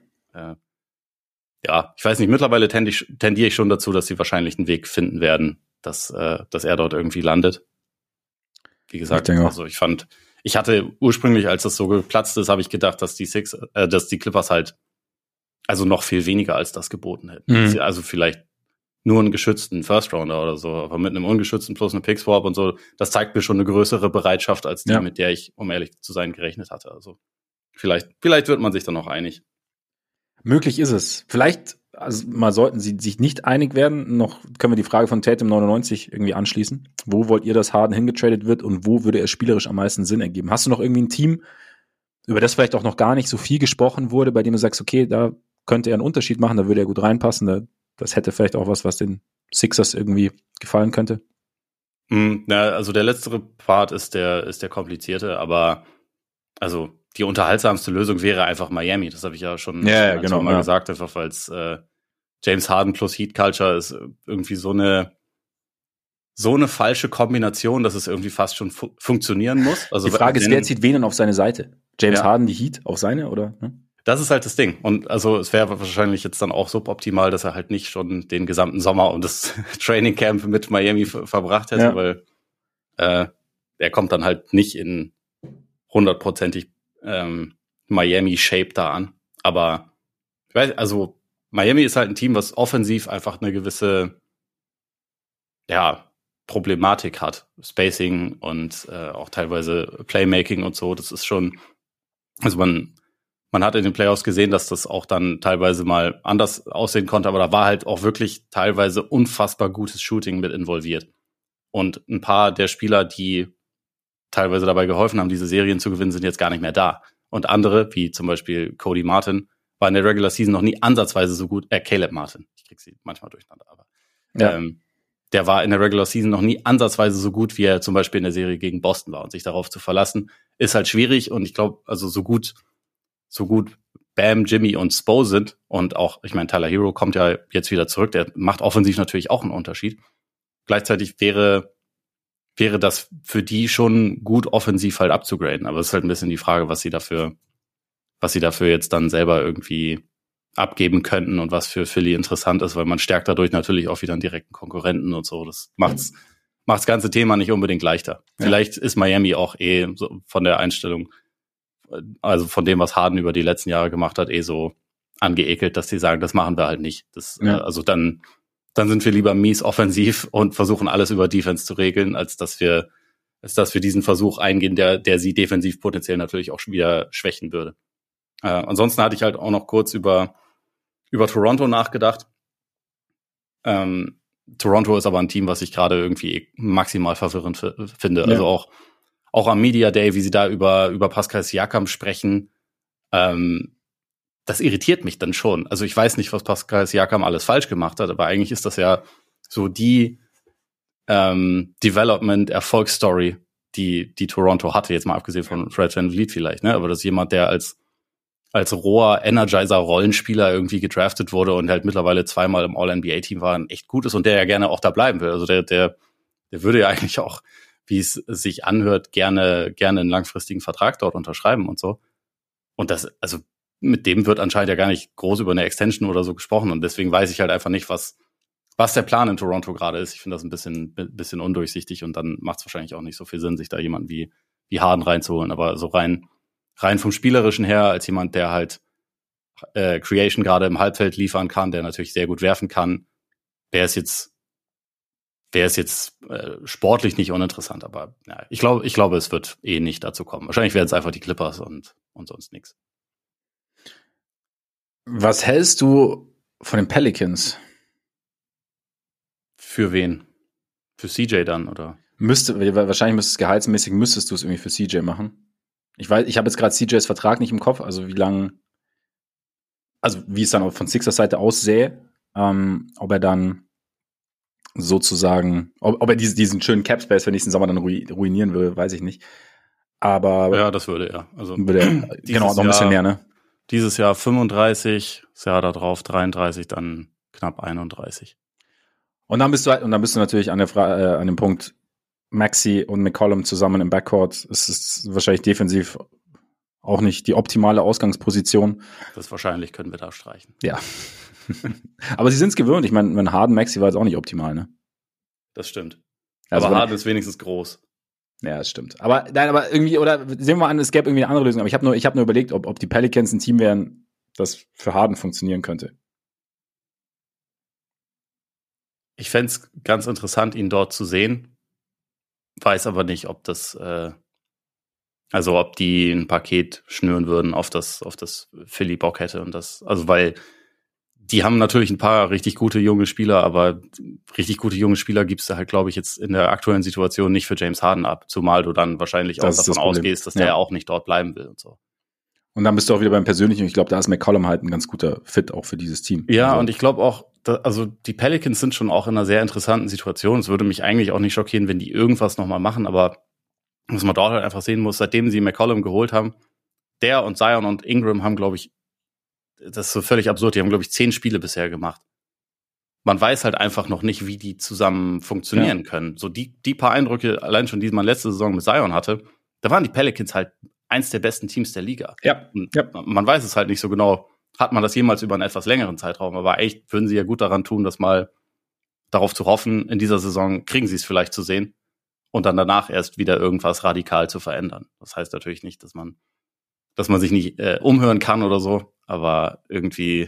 ich weiß nicht, mittlerweile tendiere ich schon dazu, dass sie wahrscheinlich einen Weg finden werden, dass er dort irgendwie landet. Wie gesagt, ich hatte ursprünglich, als das so geplatzt ist, habe ich gedacht, dass die Clippers halt also noch viel weniger als das geboten hätten. Also vielleicht nur einen geschützten First Rounder oder so, aber mit einem ungeschützten plus eine Pick Swap und so, das zeigt mir schon eine größere Bereitschaft als die, mit der ich, um ehrlich zu sein, gerechnet hatte. Also vielleicht wird man sich dann auch einig. Möglich ist es. Vielleicht, also mal sollten sie sich nicht einig werden, noch können wir die Frage von Tatum 99 irgendwie anschließen. Wo wollt ihr, dass Harden hingetradet wird und wo würde er spielerisch am meisten Sinn ergeben? Hast du noch irgendwie ein Team, über das vielleicht auch noch gar nicht so viel gesprochen wurde, bei dem du sagst, okay, da könnte er einen Unterschied machen, da würde er gut reinpassen, das hätte vielleicht auch was den Sixers irgendwie gefallen könnte? Also der letztere Part ist der komplizierte, aber also die unterhaltsamste Lösung wäre einfach Miami. Das habe ich ja schon mal gesagt, einfach weil es James Harden plus Heat Culture ist irgendwie so eine falsche Kombination, dass es irgendwie fast schon funktionieren muss. Also die Frage ist, wer zieht wen auf seine Seite? James Harden die Heat auf seine, oder? Das ist halt das Ding. Und also es wäre wahrscheinlich jetzt dann auch suboptimal, dass er halt nicht schon den gesamten Sommer und das Training Camp mit Miami verbracht hätte, weil er kommt dann halt nicht in 100%ig Miami-Shape da an. Aber ich weiß, also Miami ist halt ein Team, was offensiv einfach eine gewisse Problematik hat. Spacing und auch teilweise Playmaking und so. Das ist schon, also man hat in den Playoffs gesehen, dass das auch dann teilweise mal anders aussehen konnte, aber da war halt auch wirklich teilweise unfassbar gutes Shooting mit involviert. Und ein paar der Spieler, die teilweise dabei geholfen haben, diese Serien zu gewinnen, sind jetzt gar nicht mehr da. Und andere, wie zum Beispiel Cody Martin, war in der Regular Season noch nie ansatzweise so gut, Caleb Martin, ich krieg sie manchmal durcheinander, aber der war in der Regular Season noch nie ansatzweise so gut, wie er zum Beispiel in der Serie gegen Boston war. Und sich darauf zu verlassen, ist halt schwierig. Und ich glaube, also so gut Bam, Jimmy und Spo sind und auch, ich meine, Tyler Hero kommt ja jetzt wieder zurück, der macht offensiv natürlich auch einen Unterschied. Gleichzeitig wäre das für die schon gut offensiv halt abzugraden, aber es ist halt ein bisschen die Frage, was sie dafür jetzt dann selber irgendwie abgeben könnten und was für Philly interessant ist, weil man stärkt dadurch natürlich auch wieder einen direkten Konkurrenten und so. Das macht's das ganze Thema nicht unbedingt leichter. Ja. Vielleicht ist Miami auch so von der Einstellung, also von dem, was Harden über die letzten Jahre gemacht hat, so angeekelt, dass sie sagen, das machen wir halt nicht. Also dann sind wir lieber mies offensiv und versuchen alles über Defense zu regeln, als dass wir diesen Versuch eingehen, der sie defensiv potenziell natürlich auch wieder schwächen würde. Ansonsten hatte ich halt auch noch kurz über Toronto nachgedacht. Toronto ist aber ein Team, was ich gerade irgendwie maximal verwirrend finde. Ja. Also auch am Media Day, wie sie da über Pascal Siakam sprechen, das irritiert mich dann schon. Also ich weiß nicht, was Pascal Siakam alles falsch gemacht hat, aber eigentlich ist das ja so die Development-Erfolgsstory, die Toronto hatte, jetzt mal abgesehen von Fred VanVleet vielleicht, ne? Aber das ist jemand, der als roher Energizer-Rollenspieler irgendwie gedraftet wurde und halt mittlerweile zweimal im All-NBA-Team war und echt gut ist und der ja gerne auch da bleiben will. Also der würde ja eigentlich auch, wie es sich anhört, gerne einen langfristigen Vertrag dort unterschreiben und so. Und also mit dem wird anscheinend ja gar nicht groß über eine Extension oder so gesprochen und deswegen weiß ich halt einfach nicht, was was der Plan in Toronto gerade ist. Ich finde das ein bisschen undurchsichtig und dann macht es wahrscheinlich auch nicht so viel Sinn, sich da jemanden wie Harden reinzuholen. Aber so rein vom Spielerischen her, als jemand, der halt Creation gerade im Halbfeld liefern kann, der natürlich sehr gut werfen kann, der ist jetzt sportlich nicht uninteressant, aber ja, ich glaube, es wird nicht dazu kommen. Wahrscheinlich werden es einfach die Clippers und sonst nichts. Was hältst du von den Pelicans? Für wen? Für CJ dann, oder? Wahrscheinlich müsstest du es irgendwie für CJ machen. Ich habe jetzt gerade CJs Vertrag nicht im Kopf, also wie es dann auch von Sixers Seite aussähe, ob er dann sozusagen, ob er diesen schönen Cap Space für nächsten Sommer dann ruinieren würde, weiß ich nicht. Aber ja, das würde er. Also würde er genau noch ein bisschen mehr, ne? Dieses Jahr 35, das Jahr da drauf 33, dann knapp 31. Und dann bist du natürlich an dem Punkt, Maxey und McCollum zusammen im Backcourt. Es ist wahrscheinlich defensiv auch nicht die optimale Ausgangsposition. Das wahrscheinlich können wir da streichen. Ja. Aber sie sind es gewöhnt. Ich meine, wenn Harden Maxey war jetzt auch nicht optimal, ne? Das stimmt. Also aber Harden ist wenigstens groß. Ja, das stimmt. Aber irgendwie, oder sehen wir mal an, es gäbe irgendwie eine andere Lösung. Aber ich habe nur überlegt, ob die Pelicans ein Team wären, das für Harden funktionieren könnte. Ich fände es ganz interessant, ihn dort zu sehen. Weiß aber nicht, ob das, ob die ein Paket schnüren würden, auf das Philly Bock hätte und das, also weil die haben natürlich ein paar richtig gute junge Spieler, aber richtig gute junge Spieler gibst du halt, glaube ich, jetzt in der aktuellen Situation nicht für James Harden ab, zumal du dann wahrscheinlich auch davon ausgehst, dass der auch nicht dort bleiben will und so. Und dann bist du auch wieder beim Persönlichen und ich glaube, da ist McCollum halt ein ganz guter Fit auch für dieses Team. Ja, also. Und ich glaube auch, die Pelicans sind schon auch in einer sehr interessanten Situation. Es würde mich eigentlich auch nicht schockieren, wenn die irgendwas nochmal machen, aber was man dort halt einfach sehen muss, seitdem sie McCollum geholt haben, der und Zion und Ingram haben, glaube ich, das ist so völlig absurd, die haben, glaube ich, 10 Spiele bisher gemacht. Man weiß halt einfach noch nicht, wie die zusammen funktionieren können. So die paar Eindrücke, allein schon, die man letzte Saison mit Zion hatte, da waren die Pelicans halt eins der besten Teams der Liga. Ja. Man weiß es halt nicht so genau, hat man das jemals über einen etwas längeren Zeitraum, aber echt würden sie ja gut daran tun, das mal darauf zu hoffen, in dieser Saison kriegen sie es vielleicht zu sehen und dann danach erst wieder irgendwas radikal zu verändern. Das heißt natürlich nicht, dass man sich nicht umhören kann oder so, aber irgendwie,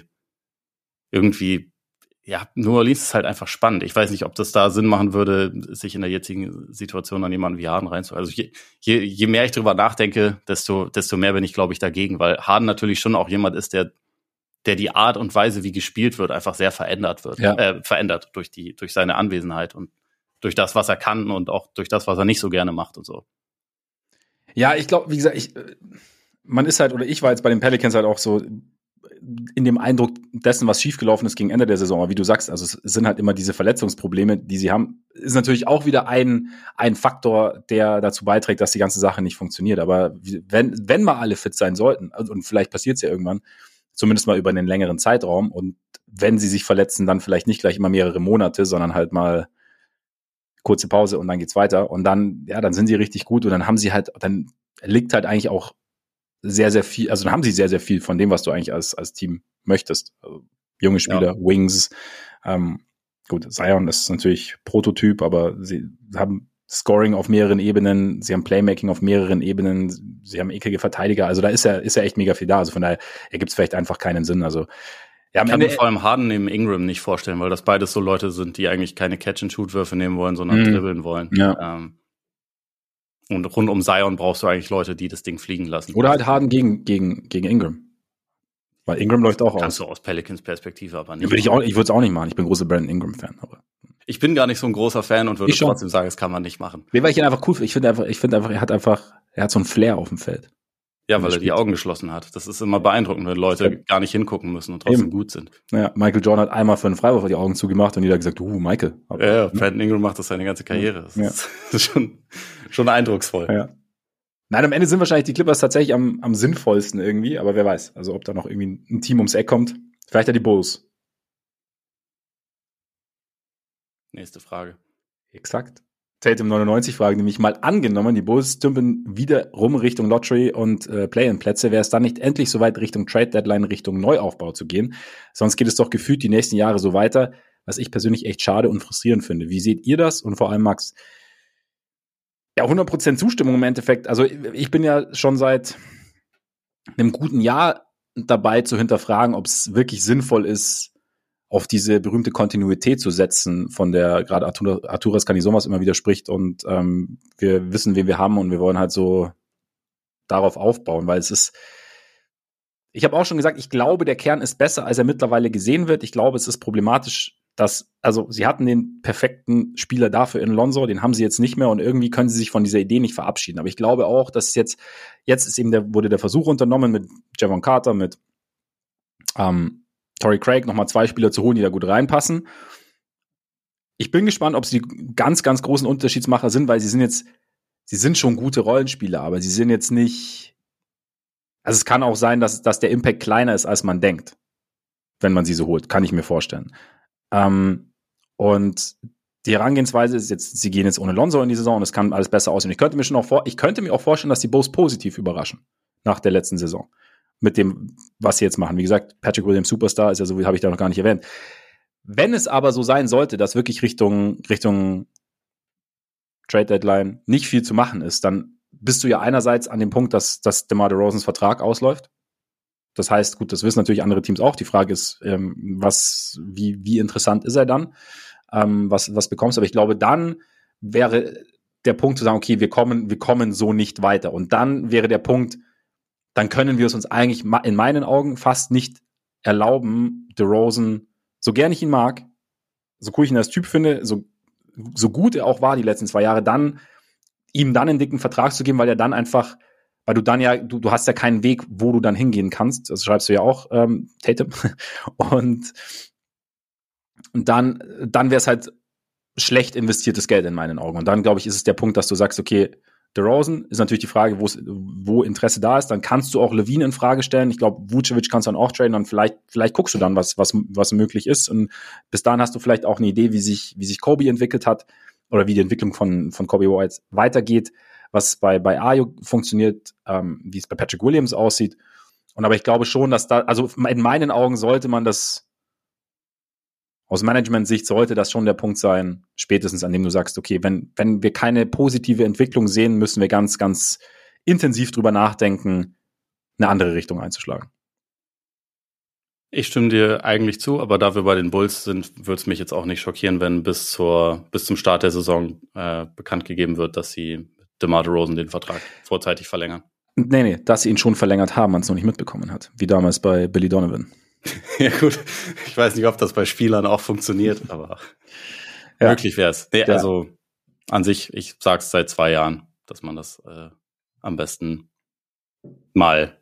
ja, New Orleans ist halt einfach spannend. Ich weiß nicht, ob das da Sinn machen würde, sich in der jetzigen Situation an jemanden wie Harden reinzuholen. Also je mehr ich drüber nachdenke, desto mehr bin ich, glaube ich, dagegen, weil Harden natürlich schon auch jemand ist, der die Art und Weise, wie gespielt wird, einfach sehr verändert wird. Ja. Verändert durch seine Anwesenheit und durch das, was er kann und auch durch das, was er nicht so gerne macht und so. Ja, ich glaube, wie gesagt, man ist halt, oder ich war jetzt bei den Pelicans halt auch so in dem Eindruck dessen, was schiefgelaufen ist gegen Ende der Saison. Aber wie du sagst, also es sind halt immer diese Verletzungsprobleme, die sie haben. Ist natürlich auch wieder ein Faktor, der dazu beiträgt, dass die ganze Sache nicht funktioniert. Aber wenn mal alle fit sein sollten, und vielleicht passiert es ja irgendwann, zumindest mal über einen längeren Zeitraum, und wenn sie sich verletzen, dann vielleicht nicht gleich immer mehrere Monate, sondern halt mal kurze Pause und dann geht's weiter. Und dann sind sie richtig gut und dann liegt halt eigentlich auch sehr, sehr viel, also dann haben sie sehr, sehr viel von dem, was du eigentlich als Team möchtest. Also, junge Spieler, Wings, gut, Zion ist natürlich Prototyp, aber sie haben Scoring auf mehreren Ebenen, sie haben Playmaking auf mehreren Ebenen, sie haben eklige Verteidiger, also da ist ja echt mega viel da, also von daher ergibt es vielleicht einfach keinen Sinn, also ja, ich kann mir vor allem Harden neben Ingram nicht vorstellen, weil das beides so Leute sind, die eigentlich keine Catch-and-Shoot-Würfe nehmen wollen, sondern dribbeln wollen. Ja. Und rund um Zion brauchst du eigentlich Leute, die das Ding fliegen lassen. Oder halt Harden gegen Ingram. Weil Ingram läuft auch Kannst du aus Pelicans Perspektive aber nicht. Ich würde es auch nicht machen. Ich bin großer Brandon Ingram-Fan. Aber ich bin gar nicht so ein großer Fan und würde trotzdem sagen, das kann man nicht machen. Nee, weil ich ihn einfach cool finde. Ich finde einfach, er hat so einen Flair auf dem Feld. Ja, weil er die Augen geschlossen hat. Das ist immer beeindruckend, wenn Leute gar nicht hingucken müssen und trotzdem gut sind. Ja, Michael Jordan hat einmal für einen Freiwurf die Augen zugemacht und jeder hat gesagt, Michael. Ja, Brandon Ingram macht das seine ganze Karriere. Das ist schon eindrucksvoll. Ja. Nein, am Ende sind wahrscheinlich die Clippers tatsächlich am sinnvollsten irgendwie, aber wer weiß. Also ob da noch irgendwie ein Team ums Eck kommt. Vielleicht ja die Bulls. Nächste Frage. Exakt. Tatum 99 Frage, nämlich mal angenommen, die Bulls stümpen wieder rum Richtung Lottery und Play-in-Plätze, wäre es dann nicht endlich so weit Richtung Trade-Deadline, Richtung Neuaufbau zu gehen? Sonst geht es doch gefühlt die nächsten Jahre so weiter. was ich persönlich echt schade und frustrierend finde. Wie seht ihr das? Und vor allem, Max, ja, 100% Zustimmung im Endeffekt. Also ich bin ja schon seit einem guten Jahr dabei zu hinterfragen, ob es wirklich sinnvoll ist, auf diese berühmte Kontinuität zu setzen, von der gerade Arturas Canizomas immer wieder spricht. Und wir wissen, wen wir haben und wir wollen halt so darauf aufbauen, weil es ist, ich habe auch schon gesagt, ich glaube, der Kern ist besser, als er mittlerweile gesehen wird. Ich glaube, es ist problematisch, also sie hatten den perfekten Spieler dafür in Lonzo, den haben sie jetzt nicht mehr und irgendwie können sie sich von dieser Idee nicht verabschieden. Aber ich glaube auch, dass jetzt ist eben wurde der Versuch unternommen mit Javon Carter, mit Torrey Craig, nochmal 2 Spieler zu holen, die da gut reinpassen. Ich bin gespannt, ob sie ganz, ganz großen Unterschiedsmacher sind, weil sie sind schon gute Rollenspieler, aber sie sind jetzt nicht, also es kann auch sein, dass der Impact kleiner ist, als man denkt, wenn man sie so holt, kann ich mir vorstellen. Und die Herangehensweise ist jetzt, sie gehen jetzt ohne Lonzo in die Saison und es kann alles besser aussehen. Ich könnte mir auch vorstellen, dass die Bulls positiv überraschen nach der letzten Saison mit dem, was sie jetzt machen. Wie gesagt, Patrick Williams Superstar ist ja so, habe ich da noch gar nicht erwähnt. Wenn es aber so sein sollte, dass wirklich Richtung Trade Deadline nicht viel zu machen ist, dann bist du ja einerseits an dem Punkt, dass DeMar DeRozans Vertrag ausläuft. Das heißt, gut, das wissen natürlich andere Teams auch. Die Frage ist, wie interessant ist er dann? Was bekommst du? Aber ich glaube, dann wäre der Punkt zu sagen, okay, wir kommen so nicht weiter. Und dann wäre der Punkt, dann können wir es uns eigentlich in meinen Augen fast nicht erlauben, DeRozan, so gern ich ihn mag, so cool ich ihn als Typ finde, so gut er auch war die letzten 2 Jahre, ihm dann einen dicken Vertrag zu geben, weil er dann einfach, weil du dann ja, du hast ja keinen Weg, wo du dann hingehen kannst. Das schreibst du ja auch, Tatum. Und dann wäre es halt schlecht investiertes Geld in meinen Augen. Und dann, glaube ich, ist es der Punkt, dass du sagst, okay, DeRozan ist natürlich die Frage, wo Interesse da ist. Dann kannst du auch Levine in Frage stellen. Ich glaube, Vucevic kannst du dann auch traden. Und vielleicht guckst du dann, was möglich ist. Und bis dahin hast du vielleicht auch eine Idee, wie sich Kobe entwickelt hat oder wie die Entwicklung von Kobe White weitergeht, was bei Ayo funktioniert, wie es bei Patrick Williams aussieht. Und aber ich glaube schon, dass also in meinen Augen sollte man das, aus Management-Sicht sollte das schon der Punkt sein, spätestens an dem du sagst, okay, wenn wir keine positive Entwicklung sehen, müssen wir ganz, ganz intensiv drüber nachdenken, eine andere Richtung einzuschlagen. Ich stimme dir eigentlich zu, aber da wir bei den Bulls sind, würde es mich jetzt auch nicht schockieren, wenn bis zum Start der Saison bekannt gegeben wird, dass sie DeMar DeRozan den Vertrag vorzeitig verlängern. Nee, dass sie ihn schon verlängert haben, man es noch nicht mitbekommen hat, wie damals bei Billy Donovan. Ja gut, ich weiß nicht, ob das bei Spielern auch funktioniert, aber ja. Möglich wäre es. Nee, ja. Also an sich, ich sag's seit 2 Jahren, dass man das am besten mal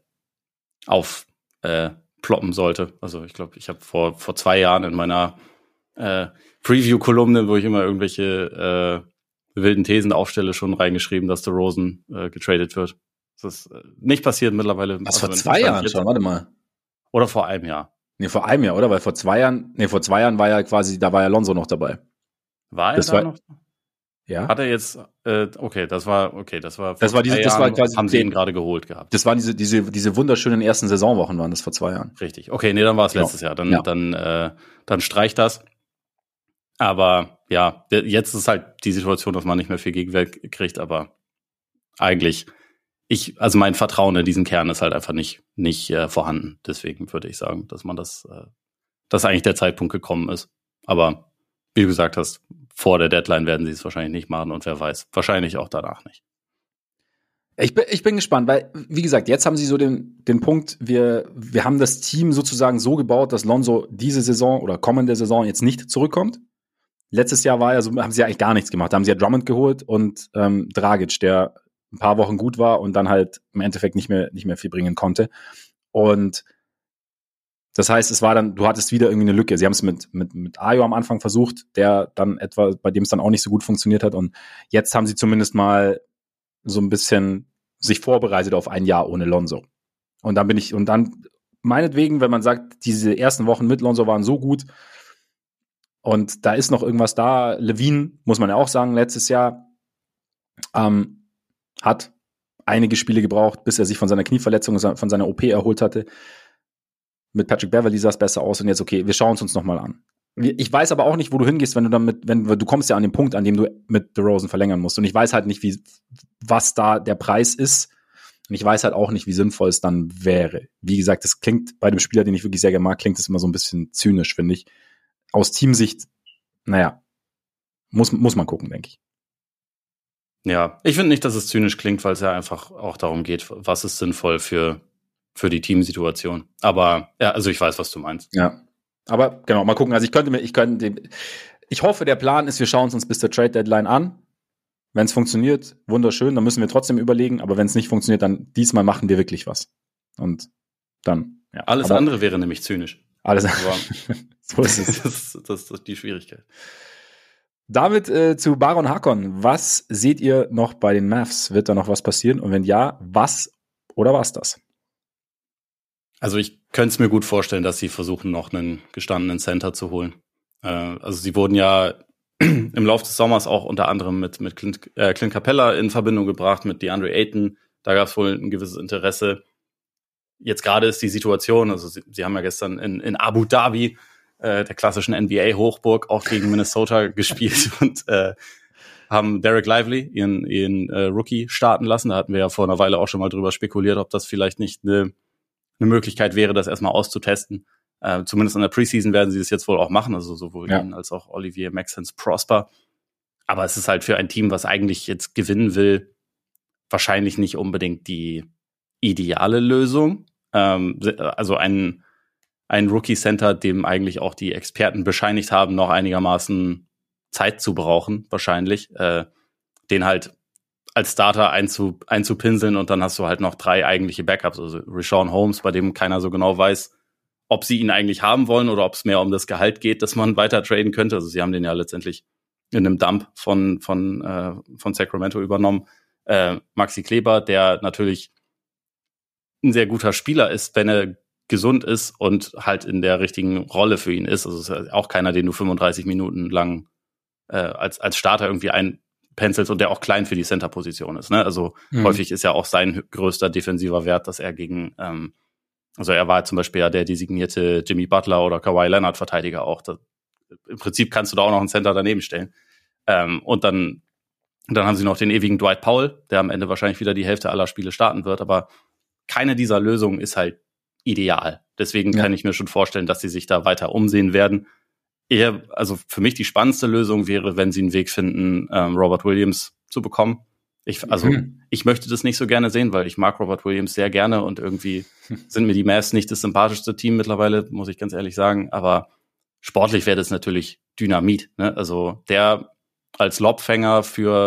aufploppen sollte. Also ich glaube, ich habe vor 2 Jahren in meiner Preview-Kolumne, wo ich immer irgendwelche wilden Thesen aufstelle, schon reingeschrieben, dass DeRozan getradet wird. Das ist nicht passiert mittlerweile. Was, vor 2 Jahren schon? Warte mal. Oder vor einem Jahr. Nee, vor einem Jahr, oder? Weil vor 2 Jahren war ja quasi, da war ja Alonso noch dabei. War er da noch? Ja. Hat er jetzt, das war vor das war quasi, haben sie ihn gerade geholt gehabt. Das waren diese wunderschönen ersten Saisonwochen, waren das vor 2 Jahren. Richtig. Okay, nee, dann war es letztes Jahr. Dann streicht das. Aber ja, jetzt ist halt die Situation, dass man nicht mehr viel Gegenwehr kriegt, aber eigentlich also mein Vertrauen in diesen Kern ist halt einfach nicht vorhanden. Deswegen würde ich sagen, dass dass eigentlich der Zeitpunkt gekommen ist. Aber wie du gesagt hast, vor der Deadline werden sie es wahrscheinlich nicht machen und wer weiß, wahrscheinlich auch danach nicht. Ich bin gespannt, weil, wie gesagt, jetzt haben sie so den Punkt, wir haben das Team sozusagen so gebaut, dass Lonzo diese Saison oder kommende Saison jetzt nicht zurückkommt. Letztes Jahr haben sie eigentlich gar nichts gemacht. Da haben sie ja Drummond geholt und Dragic, der ein paar Wochen gut war und dann halt im Endeffekt nicht mehr viel bringen konnte. Und das heißt, du hattest wieder irgendwie eine Lücke. Sie haben es mit Ayo am Anfang versucht, der dann bei dem es dann auch nicht so gut funktioniert hat. Und jetzt haben sie zumindest mal so ein bisschen sich vorbereitet auf ein Jahr ohne Lonzo. Und dann meinetwegen, wenn man sagt, diese ersten Wochen mit Lonzo waren so gut und da ist noch irgendwas da. Levine, muss man ja auch sagen, letztes Jahr hat einige Spiele gebraucht, bis er sich von seiner Knieverletzung, von seiner OP erholt hatte. Mit Patrick Beverley sah es besser aus und jetzt, okay, wir schauen es uns nochmal an. Ich weiß aber auch nicht, wo du hingehst, wenn du kommst ja an den Punkt, an dem du mit DeRozan verlängern musst. Und ich weiß halt nicht, was da der Preis ist. Und ich weiß halt auch nicht, wie sinnvoll es dann wäre. Wie gesagt, das klingt bei dem Spieler, den ich wirklich sehr gerne mag, klingt das immer so ein bisschen zynisch, finde ich. Aus Teamsicht, naja, muss man gucken, denke ich. Ja, ich finde nicht, dass es zynisch klingt, weil es ja einfach auch darum geht, was ist sinnvoll für die Teamsituation. Aber ja, also ich weiß, was du meinst. Ja. Aber genau, mal gucken. Also ich hoffe, der Plan ist, wir schauen uns bis zur Trade Deadline an. Wenn es funktioniert, wunderschön, dann müssen wir trotzdem überlegen. Aber wenn es nicht funktioniert, dann diesmal machen wir wirklich was. Und dann, ja. Alles andere wäre nämlich zynisch. Alles andere. So ist es. Das ist die Schwierigkeit. Damit zu Baron Harkon. Was seht ihr noch bei den Mavs? Wird da noch was passieren? Und wenn ja, was oder war es das? Also ich könnte es mir gut vorstellen, dass sie versuchen, noch einen gestandenen Center zu holen. Also sie wurden ja im Laufe des Sommers auch unter anderem mit Clint Capella in Verbindung gebracht, mit DeAndre Ayton. Da gab es wohl ein gewisses Interesse. Jetzt gerade ist die Situation, also sie haben ja gestern in Abu Dhabi, der klassischen NBA-Hochburg, auch gegen Minnesota gespielt und haben Derek Lively, ihren Rookie, starten lassen. Da hatten wir ja vor einer Weile auch schon mal drüber spekuliert, ob das vielleicht nicht eine Möglichkeit wäre, das erstmal auszutesten. Zumindest in der Preseason werden sie das jetzt wohl auch machen, also sowohl ihn als auch Olivier Maxence Prosper. Aber es ist halt für ein Team, was eigentlich jetzt gewinnen will, wahrscheinlich nicht unbedingt die ideale Lösung. Also ein Rookie-Center, dem eigentlich auch die Experten bescheinigt haben, noch einigermaßen Zeit zu brauchen, wahrscheinlich, den halt als Starter einzupinseln und dann hast du halt noch 3 eigentliche Backups. Also Richaun Holmes, bei dem keiner so genau weiß, ob sie ihn eigentlich haben wollen oder ob es mehr um das Gehalt geht, dass man weiter traden könnte. Also sie haben den ja letztendlich in einem Dump von Sacramento übernommen. Maxi Kleber, der natürlich ein sehr guter Spieler ist, wenn er gesund ist und halt in der richtigen Rolle für ihn ist. Also es ist auch keiner, den du 35 Minuten lang als Starter irgendwie einpenselst und der auch klein für die Center-Position ist. Ne? Also häufig ist ja auch sein größter defensiver Wert, dass er gegen also er war zum Beispiel ja der designierte Jimmy Butler oder Kawhi Leonard Verteidiger auch. Im Prinzip kannst du da auch noch einen Center daneben stellen. Und dann haben sie noch den ewigen Dwight Powell, der am Ende wahrscheinlich wieder die Hälfte aller Spiele starten wird. Aber keine dieser Lösungen ist halt ideal. Deswegen kann ich mir schon vorstellen, dass sie sich da weiter umsehen werden. Also für mich die spannendste Lösung wäre, wenn sie einen Weg finden, Robert Williams zu bekommen. Ich möchte das nicht so gerne sehen, weil ich mag Robert Williams sehr gerne und irgendwie sind mir die Mavs nicht das sympathischste Team mittlerweile, muss ich ganz ehrlich sagen. Aber sportlich wäre das natürlich Dynamit. Ne? Also der als Lobfänger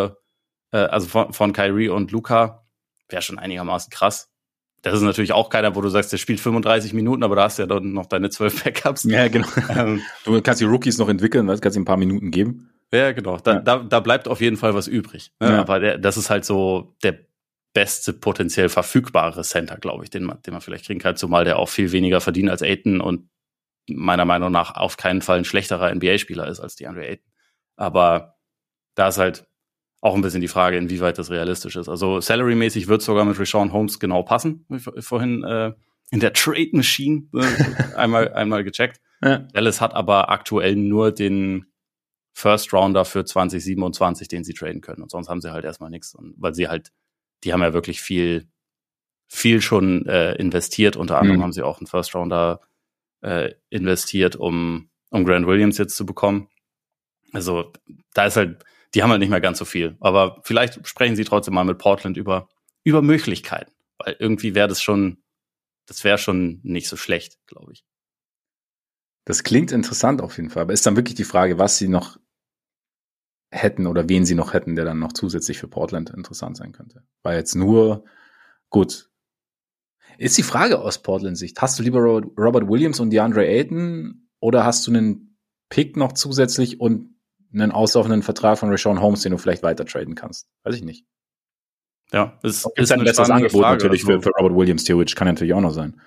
von Kyrie und Luka wäre schon einigermaßen krass. Das ist natürlich auch keiner, wo du sagst, der spielt 35 Minuten, aber da hast du ja dann noch deine 12 Backups. Ja, genau. Du kannst die Rookies noch entwickeln, kannst ihm ein paar Minuten geben. Ja, genau. Da bleibt auf jeden Fall was übrig. Ne? Ja. Aber das ist halt so der beste potenziell verfügbare Center, glaube ich, den man vielleicht kriegen kann, zumal der auch viel weniger verdient als Ayton und meiner Meinung nach auf keinen Fall ein schlechterer NBA-Spieler ist als DeAndre Ayton. Aber da ist halt auch ein bisschen die Frage, inwieweit das realistisch ist. Also salary-mäßig wird es sogar mit Richaun Holmes genau passen, wie vorhin in der Trade Machine einmal gecheckt. Ja. Dallas hat aber aktuell nur den First Rounder für 2027, den sie traden können. Und sonst haben sie halt erstmal nichts. Weil die haben ja wirklich viel schon investiert. Unter anderem haben sie auch einen First Rounder investiert, um Grant Williams jetzt zu bekommen. Also da ist halt, die haben halt nicht mehr ganz so viel. Aber vielleicht sprechen sie trotzdem mal mit Portland über Möglichkeiten. Weil irgendwie das wäre schon nicht so schlecht, glaube ich. Das klingt interessant auf jeden Fall. Aber ist dann wirklich die Frage, was sie noch hätten oder wen sie noch hätten, der dann noch zusätzlich für Portland interessant sein könnte. Weil jetzt nur, gut, ist die Frage aus Portland-Sicht, hast du lieber Robert Williams und DeAndre Ayton oder hast du einen Pick noch zusätzlich und einen auslaufenden Vertrag von Richaun Holmes, den du vielleicht weiter traden kannst? Weiß ich nicht. Ja, ist ein besseres Angebot Frage, natürlich also für Robert Williams, theoretisch kann natürlich auch noch sein.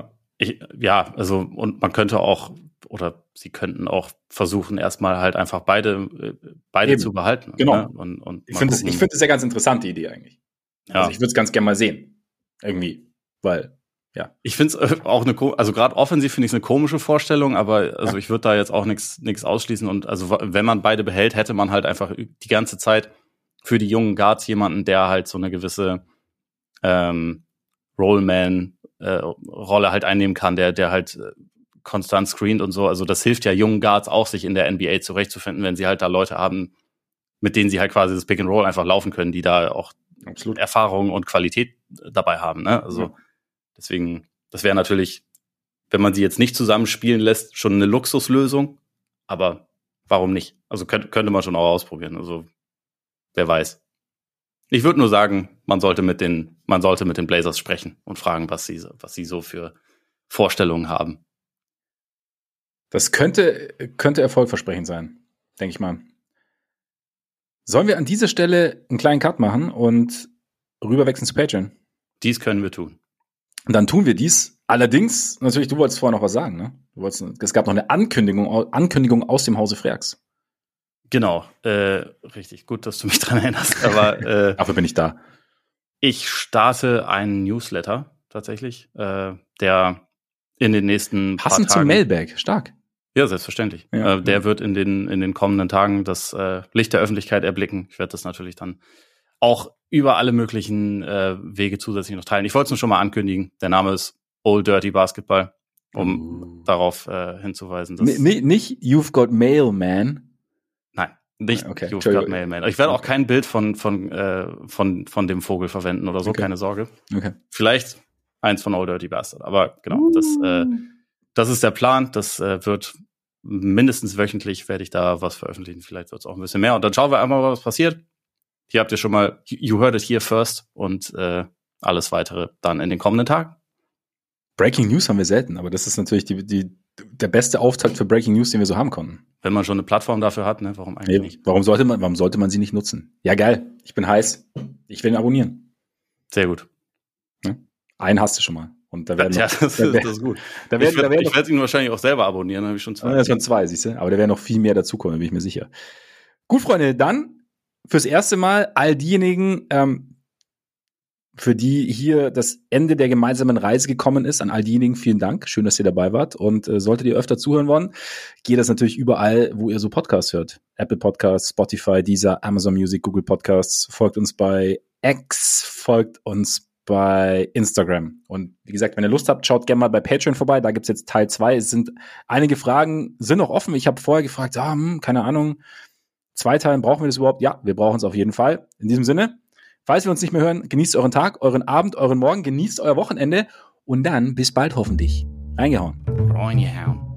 Ja, also und man könnte auch oder sie könnten auch versuchen, erstmal halt einfach beide zu behalten. Genau. Ne? Und ich finde es ja ganz interessant, die Idee eigentlich. Ja. Also ich würde es ganz gerne mal sehen. Irgendwie. Weil ja. Ich finde es auch also gerade offensiv finde ich es eine komische Vorstellung, aber also ich würde da jetzt auch nichts ausschließen. Und also wenn man beide behält, hätte man halt einfach die ganze Zeit für die jungen Guards jemanden, der halt so eine gewisse Rollman-Rolle halt einnehmen kann, der halt konstant screent und so. Also das hilft ja jungen Guards auch, sich in der NBA zurechtzufinden, wenn sie halt da Leute haben, mit denen sie halt quasi das Pick and Roll einfach laufen können, die da auch absolut Erfahrung und Qualität dabei haben. Ne? Also deswegen, das wäre natürlich, wenn man sie jetzt nicht zusammenspielen lässt, schon eine Luxuslösung. Aber warum nicht? Also könnte man schon auch ausprobieren. Also wer weiß. Ich würde nur sagen, man sollte mit den Blazers sprechen und fragen, was sie so für Vorstellungen haben. Das könnte erfolgversprechend sein, denke ich mal. Sollen wir an dieser Stelle einen kleinen Cut machen und rüberwechseln zu Patreon? Dies können wir tun. Und dann tun wir dies. Allerdings, natürlich, du wolltest vorher noch was sagen, ne? Es gab noch eine Ankündigung aus dem Hause Freaks. Genau, richtig. Gut, dass du mich dran erinnerst. Aber dafür bin ich da. Ich starte einen Newsletter tatsächlich, der in den nächsten Passend paar Tagen zum Mailbag, stark. Ja, selbstverständlich. Ja. Der wird in den kommenden Tagen das Licht der Öffentlichkeit erblicken. Ich werde das natürlich dann auch über alle möglichen Wege zusätzlich noch teilen. Ich wollte es nur schon mal ankündigen. Der Name ist Old Dirty Basketball, um darauf hinzuweisen. Dass nicht You've Got Mail, Man. Nein, nicht okay. You've Got Mail, Man. Ich werde auch kein Bild von dem Vogel verwenden oder so, keine Sorge. Okay. Vielleicht eins von Old Dirty Bastard. Aber genau, das ist der Plan. Das wird mindestens wöchentlich, werde ich da was veröffentlichen. Vielleicht wird es auch ein bisschen mehr. Und dann schauen wir einmal, was passiert. Hier habt ihr schon mal, you heard it here first. Und alles Weitere dann in den kommenden Tagen. Breaking News haben wir selten, aber das ist natürlich der beste Auftakt für Breaking News, den wir so haben konnten. Wenn man schon eine Plattform dafür hat, ne? Warum eigentlich nicht? Warum sollte man sie nicht nutzen? Ja, geil. Ich bin heiß. Ich will ihn abonnieren. Sehr gut. Ja? Einen hast du schon mal. Und da werden das ist gut. Ich werde ihn wahrscheinlich auch selber abonnieren, da habe ich schon 2. Ja, schon 2, siehst du? Aber da werden noch viel mehr dazukommen, bin ich mir sicher. Gut, Freunde, dann fürs erste Mal all diejenigen, für die hier das Ende der gemeinsamen Reise gekommen ist, an all diejenigen vielen Dank. Schön, dass ihr dabei wart. Und solltet ihr öfter zuhören wollen, geht das natürlich überall, wo ihr so Podcasts hört. Apple Podcasts, Spotify, Deezer, Amazon Music, Google Podcasts. Folgt uns bei X, folgt uns bei Instagram. Und wie gesagt, wenn ihr Lust habt, schaut gerne mal bei Patreon vorbei. Da gibt's jetzt Teil 2. Es sind einige Fragen, sind noch offen. Ich habe vorher gefragt, keine Ahnung, 2 Teilen, brauchen wir das überhaupt? Ja, wir brauchen es auf jeden Fall. In diesem Sinne, falls wir uns nicht mehr hören, genießt euren Tag, euren Abend, euren Morgen, genießt euer Wochenende und dann bis bald hoffentlich. Reingehauen. Reingehauen.